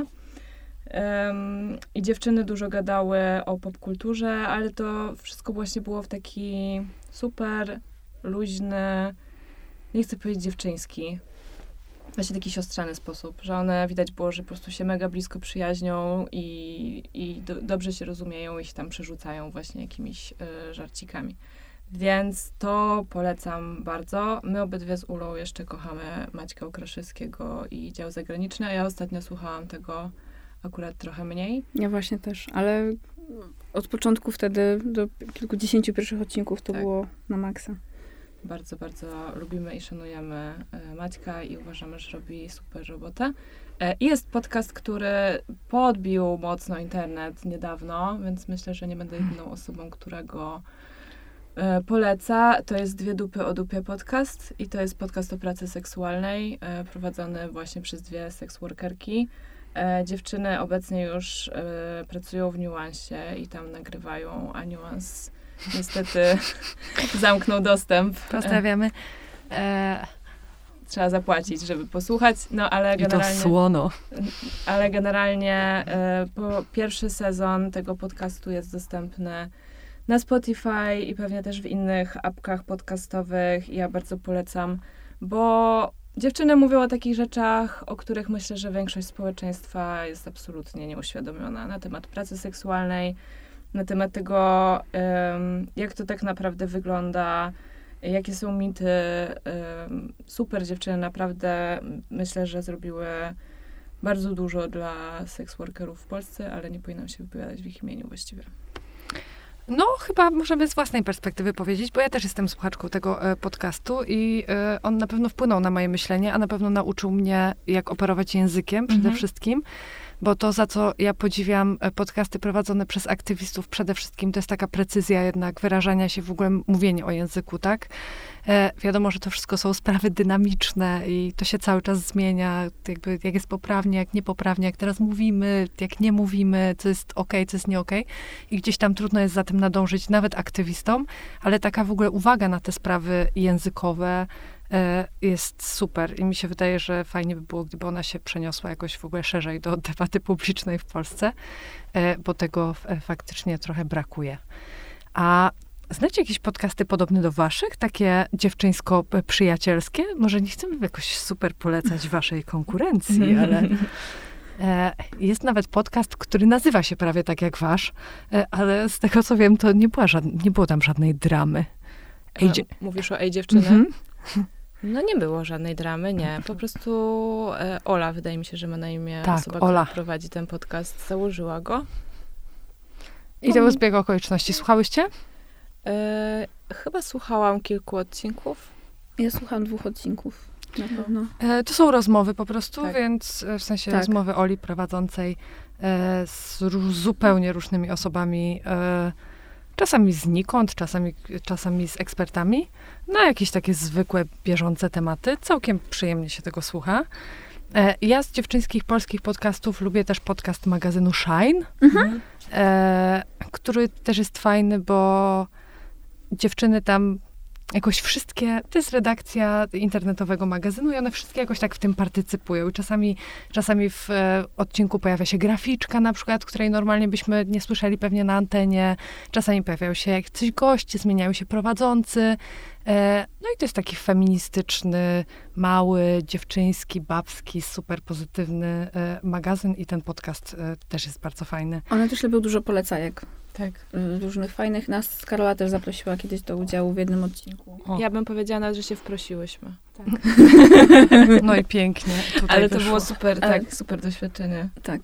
Um, I dziewczyny dużo gadały o popkulturze, ale to wszystko właśnie było w taki super luźny, nie chcę powiedzieć dziewczyński, właśnie taki siostrzany sposób, że one widać było, że po prostu się mega blisko przyjaźnią i, i do, dobrze się rozumieją i się tam przerzucają właśnie jakimiś y, żarcikami. Więc to polecam bardzo. My obydwie z Ulą jeszcze kochamy Maćka Okraszewskiego i Dział Zagraniczny, a ja ostatnio słuchałam tego akurat trochę mniej. Ja właśnie też, ale od początku wtedy do kilkudziesięciu pierwszych odcinków to Tak. było na maksa. Bardzo, bardzo lubimy i szanujemy e, Maćka i uważamy, że robi super robotę. E, I jest podcast, który podbił mocno internet niedawno, więc myślę, że nie będę jedyną osobą, która go e, poleca. To jest Dwie dupy o dupie podcast i to jest podcast o pracy seksualnej, e, prowadzony właśnie przez dwie seksworkerki. E, dziewczyny obecnie już e, pracują w Niuansie i tam nagrywają, a Niuans niestety zamknął dostęp. Pozdrawiamy. E, Trzeba zapłacić, żeby posłuchać, no ale I to generalnie, słono. ale generalnie e, po pierwszy sezon tego podcastu jest dostępny na Spotify i pewnie też w innych apkach podcastowych. Ja bardzo polecam, bo dziewczyny mówią o takich rzeczach, o których myślę, że większość społeczeństwa jest absolutnie nieuświadomiona. Na temat pracy seksualnej, na temat tego, um, jak to tak naprawdę wygląda, jakie są mity. Um, super dziewczyny, naprawdę myślę, że zrobiły bardzo dużo dla seksworkerów w Polsce, ale nie powinnam się wypowiadać w ich imieniu właściwie. No, chyba możemy z własnej perspektywy powiedzieć, bo ja też jestem słuchaczką tego e, podcastu i e, on na pewno wpłynął na moje myślenie, a na pewno nauczył mnie, jak operować językiem przede Mhm. wszystkim. bo to, za co ja podziwiam podcasty prowadzone przez aktywistów przede wszystkim, to jest taka precyzja jednak wyrażania się, w ogóle mówienie o języku, tak? E, wiadomo, że to wszystko są sprawy dynamiczne i to się cały czas zmienia, jakby jak jest poprawnie, jak niepoprawnie, jak teraz mówimy, jak nie mówimy, co jest okej, co jest nie okej. I gdzieś tam trudno jest za tym nadążyć nawet aktywistom, ale taka w ogóle uwaga na te sprawy językowe e, jest super i mi się wydaje, że fajnie by było, gdyby ona się przeniosła jakoś w ogóle szerzej do debaty publicznej w Polsce, e, bo tego e, faktycznie trochę brakuje. A znacie jakieś podcasty podobne do waszych? Takie dziewczyńsko-przyjacielskie? Może nie chcemy jakoś super polecać waszej konkurencji, ale e, jest nawet podcast, który nazywa się prawie tak jak wasz, e, ale z tego co wiem, to nie, była żadne, nie było tam żadnej dramy. Ej, dzie- Mówisz o Ej dziewczyny? Mhm. No nie było żadnej dramy, nie. Po prostu e, Ola, wydaje mi się, że ma na imię Tak, osoba, Ola. która prowadzi ten podcast. Założyła go. I to był zbieg okoliczności. Słuchałyście? E, chyba słuchałam kilku odcinków. Ja słucham dwóch odcinków. Na pewno. E, to są rozmowy po prostu, Tak. więc e, w sensie Tak. rozmowy Oli prowadzącej e, z ró- zupełnie różnymi osobami, e, czasami znikąd, czasami, czasami z ekspertami, na jakieś takie zwykłe, bieżące tematy. Całkiem przyjemnie się tego słucha. E, ja z dziewczyńskich polskich podcastów lubię też podcast magazynu Shine, Mhm. e, który też jest fajny, bo dziewczyny tam jakoś wszystkie, to jest redakcja internetowego magazynu i one wszystkie jakoś tak w tym partycypują. I czasami, czasami w e, odcinku pojawia się graficzka na przykład, której normalnie byśmy nie słyszeli pewnie na antenie. Czasami pojawiają się jacyś goście, zmieniają się prowadzący. E, no i to jest taki feministyczny, mały, dziewczyński, babski, super pozytywny e, magazyn i ten podcast e, też jest bardzo fajny. One też lubią dużo polecajek. Tak. y, Różnych fajnych. Nas Karola też zaprosiła kiedyś do udziału w jednym odcinku. O. Ja bym powiedziała nawet, że się wprosiłyśmy. No i pięknie. Tutaj Ale to wyszło. było super, Ale- tak, super doświadczenie. Tak.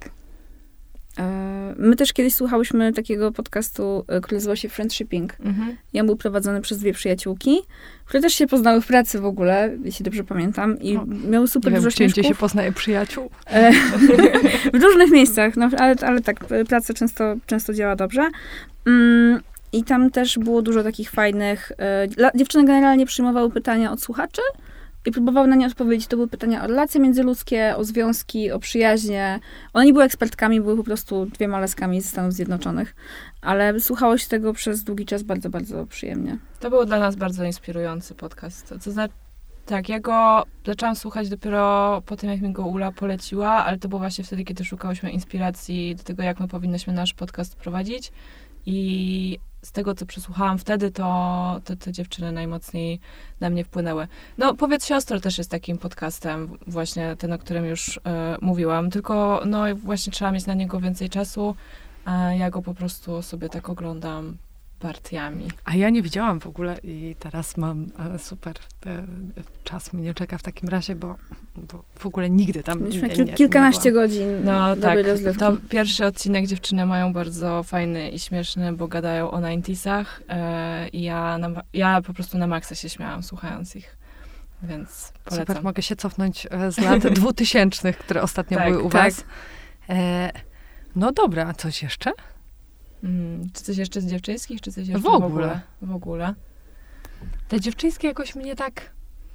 E, My też kiedyś słuchałyśmy takiego podcastu, e, który nazywał się Friendshipping. Mhm. I on był prowadzony przez dwie przyjaciółki, które też się poznały w pracy w ogóle, jeśli dobrze pamiętam. I O, miały Nie super wiem, dużo gdzie indziej się śmieszków. poznaje przyjaciół. E, w różnych miejscach, no, ale, ale tak, e, praca często, często działa dobrze. Mm, I tam też było dużo takich fajnych... E, dla- dziewczyny generalnie przyjmowały pytania od słuchaczy i próbowały na nie odpowiedzieć. To były pytania o relacje międzyludzkie, o związki, o przyjaźnie. One nie były ekspertkami, były po prostu dwiema laskami ze Stanów Zjednoczonych. Ale słuchało się tego przez długi czas bardzo, bardzo przyjemnie. To był dla nas bardzo inspirujący podcast. To, to znaczy, tak, ja go zaczęłam słuchać dopiero po tym, jak mi go Ula poleciła, ale to było właśnie wtedy, kiedy szukałyśmy inspiracji do tego, jak my powinnyśmy nasz podcast prowadzić. I z tego, co przesłuchałam wtedy, to, to te dziewczyny najmocniej na mnie wpłynęły. No, Powiedz Siostro też jest takim podcastem, właśnie ten, o którym już e, mówiłam, tylko no właśnie trzeba mieć na niego więcej czasu, a ja go po prostu sobie tak oglądam partiami. A ja nie widziałam w ogóle i teraz mam e, super e, czas mnie czeka w takim razie, bo, bo w ogóle nigdy tam Mieliśmy nie, kil- nie, kilkanaście nie godzin No dobrej tak, rozrywki. to pierwszy odcinek dziewczyny mają bardzo fajny i śmieszny, bo gadają o dziewięćdziesiątych e, i ja, na, ja po prostu na maksa się śmiałam słuchając ich, więc polecam. Super, mogę się cofnąć e, z lat dwutysięcznych, które ostatnio Tak, były u tak. was. E, no dobra, a coś jeszcze? Mm, czy coś jeszcze z dziewczyńskich, czy coś jeszcze W w ogóle. ogóle? W ogóle. Te dziewczyńskie jakoś mnie tak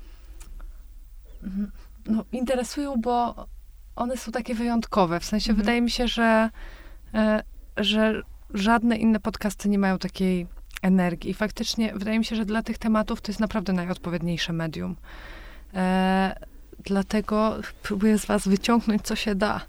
mm, no, interesują, bo one są takie wyjątkowe. W sensie Mhm. wydaje mi się, że, e, że żadne inne podcasty nie mają takiej energii. I faktycznie wydaje mi się, że dla tych tematów to jest naprawdę najodpowiedniejsze medium. E, dlatego próbuję z was wyciągnąć, co się da.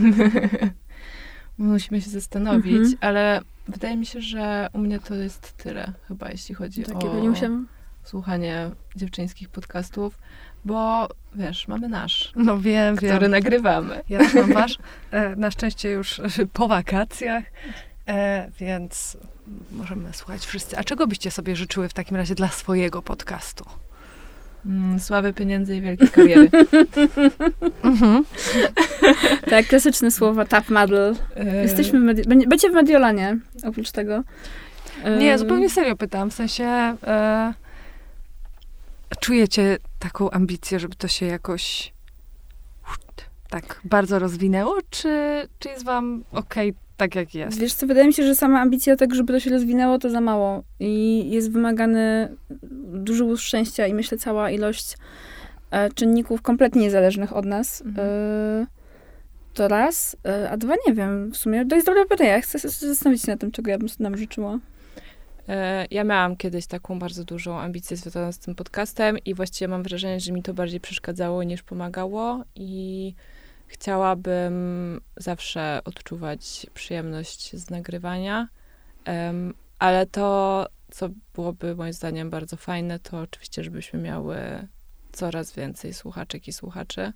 Musimy się zastanowić, Mhm. ale wydaje mi się, że u mnie to jest tyle chyba, jeśli chodzi Takie o pewnie musiałam... słuchanie dziewczyńskich podcastów, bo wiesz, mamy nasz, No wiem, który wiem. nagrywamy. Ja też mam wasz. E, na szczęście już po wakacjach, e, więc możemy słuchać wszyscy. A czego byście sobie życzyły w takim razie dla swojego podcastu? Mm, sławy, pieniędzy i wielkiej kariery. Mhm. Tak, klasyczne słowa, tap model. E, Jesteśmy w Medi- będzie- Będzie w Mediolanie, oprócz tego. Nie, Ym, zupełnie serio pytam. W sensie e, czujecie taką ambicję, żeby to się jakoś tak bardzo rozwinęło, czy, czy jest wam okej okay, tak, jak jest? Wiesz co, wydaje mi się, że sama ambicja tak, żeby to się rozwinęło, to za mało. I jest wymagany duży łód szczęścia i myślę cała ilość e, czynników kompletnie niezależnych od nas. Mhm. E, to raz. E, a dwa, nie wiem, w sumie to jest dobre pytanie. Ja chcę się zastanowić się nad tym, czego ja bym nam życzyła. Ja miałam kiedyś taką bardzo dużą ambicję związaną z tym podcastem i właściwie mam wrażenie, że mi to bardziej przeszkadzało niż pomagało i chciałabym zawsze odczuwać przyjemność z nagrywania, um, ale to, co byłoby moim zdaniem bardzo fajne, to oczywiście, żebyśmy miały coraz więcej słuchaczek i słuchaczy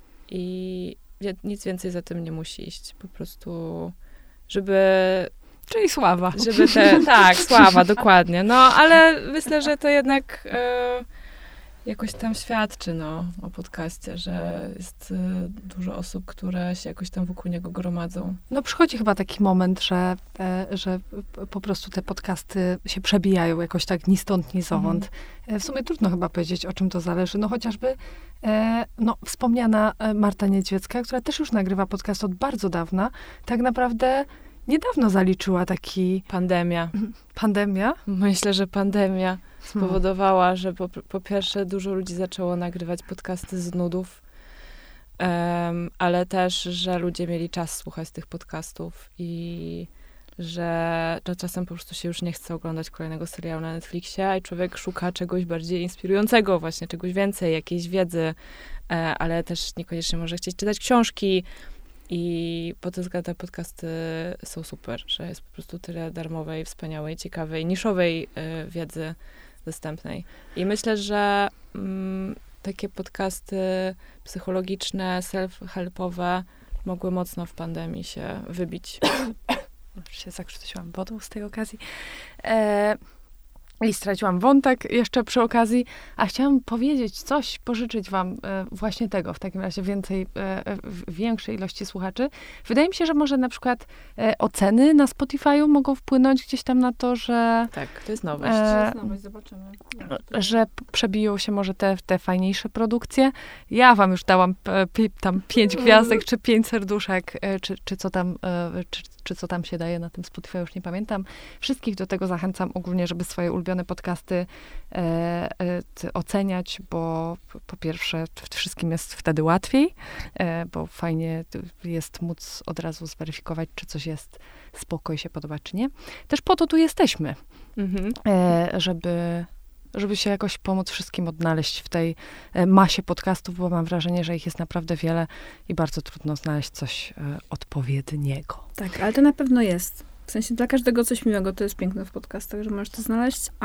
i nic więcej za tym nie musi iść. Po prostu, żeby... Czyli sława. Żeby te, tak, sława, dokładnie. No, ale myślę, że to jednak e, jakoś tam świadczy, no, o podcaście, że jest e, dużo osób, które się jakoś tam wokół niego gromadzą. No, przychodzi chyba taki moment, że, e, że po prostu te podcasty się przebijają jakoś tak ni stąd, ni zowąd. Mhm. W sumie trudno chyba powiedzieć, o czym to zależy. No, chociażby e, no, wspomniana Marta Niedźwiecka, która też już nagrywa podcast od bardzo dawna, tak naprawdę niedawno zaliczyła taki... Pandemia. Pandemia? Myślę, że pandemia spowodowała, że po, po pierwsze dużo ludzi zaczęło nagrywać podcasty z nudów, um, ale też, że ludzie mieli czas słuchać tych podcastów i że, że czasem po prostu się już nie chce oglądać kolejnego serialu na Netflixie i człowiek szuka czegoś bardziej inspirującego, właśnie czegoś więcej, jakiejś wiedzy, e, ale też niekoniecznie może chcieć czytać książki. I pod tym względem podcasty są super, że jest po prostu tyle darmowej, wspaniałej, ciekawej, niszowej y, wiedzy dostępnej. I myślę, że mm, takie podcasty psychologiczne, self-helpowe mogły mocno w pandemii się wybić. Już się zakrztusiłam wodą z tej okazji. E- I straciłam wątek jeszcze przy okazji, a chciałam powiedzieć coś, pożyczyć wam e, właśnie tego, w takim razie więcej, e, większej ilości słuchaczy. Wydaje mi się, że może na przykład e, oceny na Spotify'u mogą wpłynąć gdzieś tam na to, że... Tak, to jest nowość. E, to jest nowość, zobaczymy. Że przebiją się może te, te fajniejsze produkcje. Ja wam już dałam e, pi, tam pięć gwiazdek, czy pięć serduszek, e, czy, czy co tam, e, czy, czy co tam się daje na tym Spotify, już nie pamiętam. Wszystkich do tego zachęcam ogólnie, żeby swoje ulubione podcasty e, e, oceniać, bo po pierwsze wszystkim jest wtedy łatwiej, e, bo fajnie jest móc od razu zweryfikować, czy coś jest spoko i się podoba, czy nie. Też po to tu jesteśmy, mhm. e, żeby żeby się jakoś pomóc wszystkim odnaleźć w tej masie podcastów, bo mam wrażenie, że ich jest naprawdę wiele i bardzo trudno znaleźć coś e, odpowiedniego. Tak, ale to na pewno jest. W sensie dla każdego coś miłego, to jest piękne w podcastach, że możesz to znaleźć, a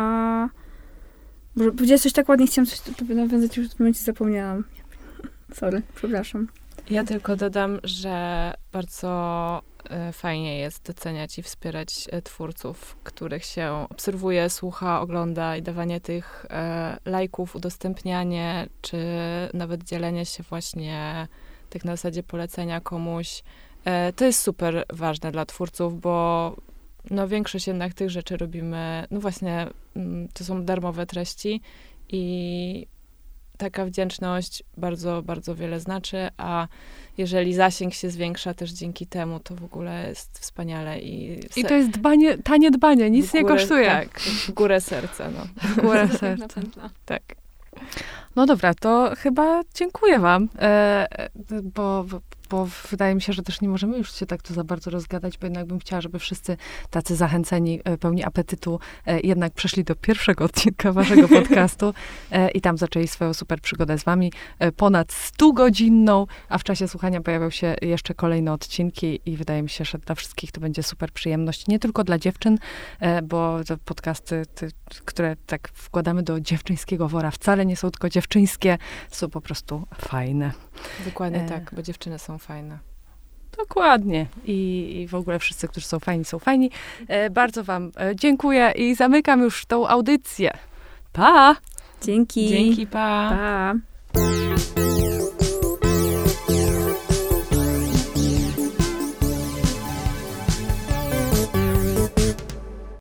może powiedziałeś coś tak ładnie, chciałam coś tobie nawiązać, już w tym momencie zapomniałam. Sorry, przepraszam. Ja tylko dodam, że bardzo e, fajnie jest doceniać i wspierać e, twórców, których się obserwuje, słucha, ogląda i dawanie tych e, lajków, udostępnianie, czy nawet dzielenie się właśnie tak na zasadzie polecenia komuś. E, to jest super ważne dla twórców, bo no, większość jednak tych rzeczy robimy, no właśnie, m, to są darmowe treści i taka wdzięczność bardzo, bardzo wiele znaczy, a jeżeli zasięg się zwiększa też dzięki temu, to w ogóle jest wspaniale. I, I to jest dbanie, tanie dbanie, nic górę, nie kosztuje. Tak, w górę serca, no. W górę serca. Tak. No dobra, to chyba dziękuję wam, e, bo, bo wydaje mi się, że też nie możemy już się tak tu za bardzo rozgadać, bo jednak bym chciała, żeby wszyscy tacy zachęceni, pełni apetytu, e, jednak przeszli do pierwszego odcinka waszego podcastu e, i tam zaczęli swoją super przygodę z wami, e, ponad stugodzinną, a w czasie słuchania pojawią się jeszcze kolejne odcinki i wydaje mi się, że dla wszystkich to będzie super przyjemność, nie tylko dla dziewczyn, e, bo te podcasty, te, które tak wkładamy do dziewczyńskiego wora, wcale nie są tylko dziewczyńskie, są po prostu fajne. Dokładnie e... tak, bo dziewczyny są fajne. Dokładnie. I, I w ogóle wszyscy, którzy są fajni, są fajni. E, bardzo wam e, dziękuję i zamykam już tą audycję. Pa! Dzięki. Dzięki, pa! Pa!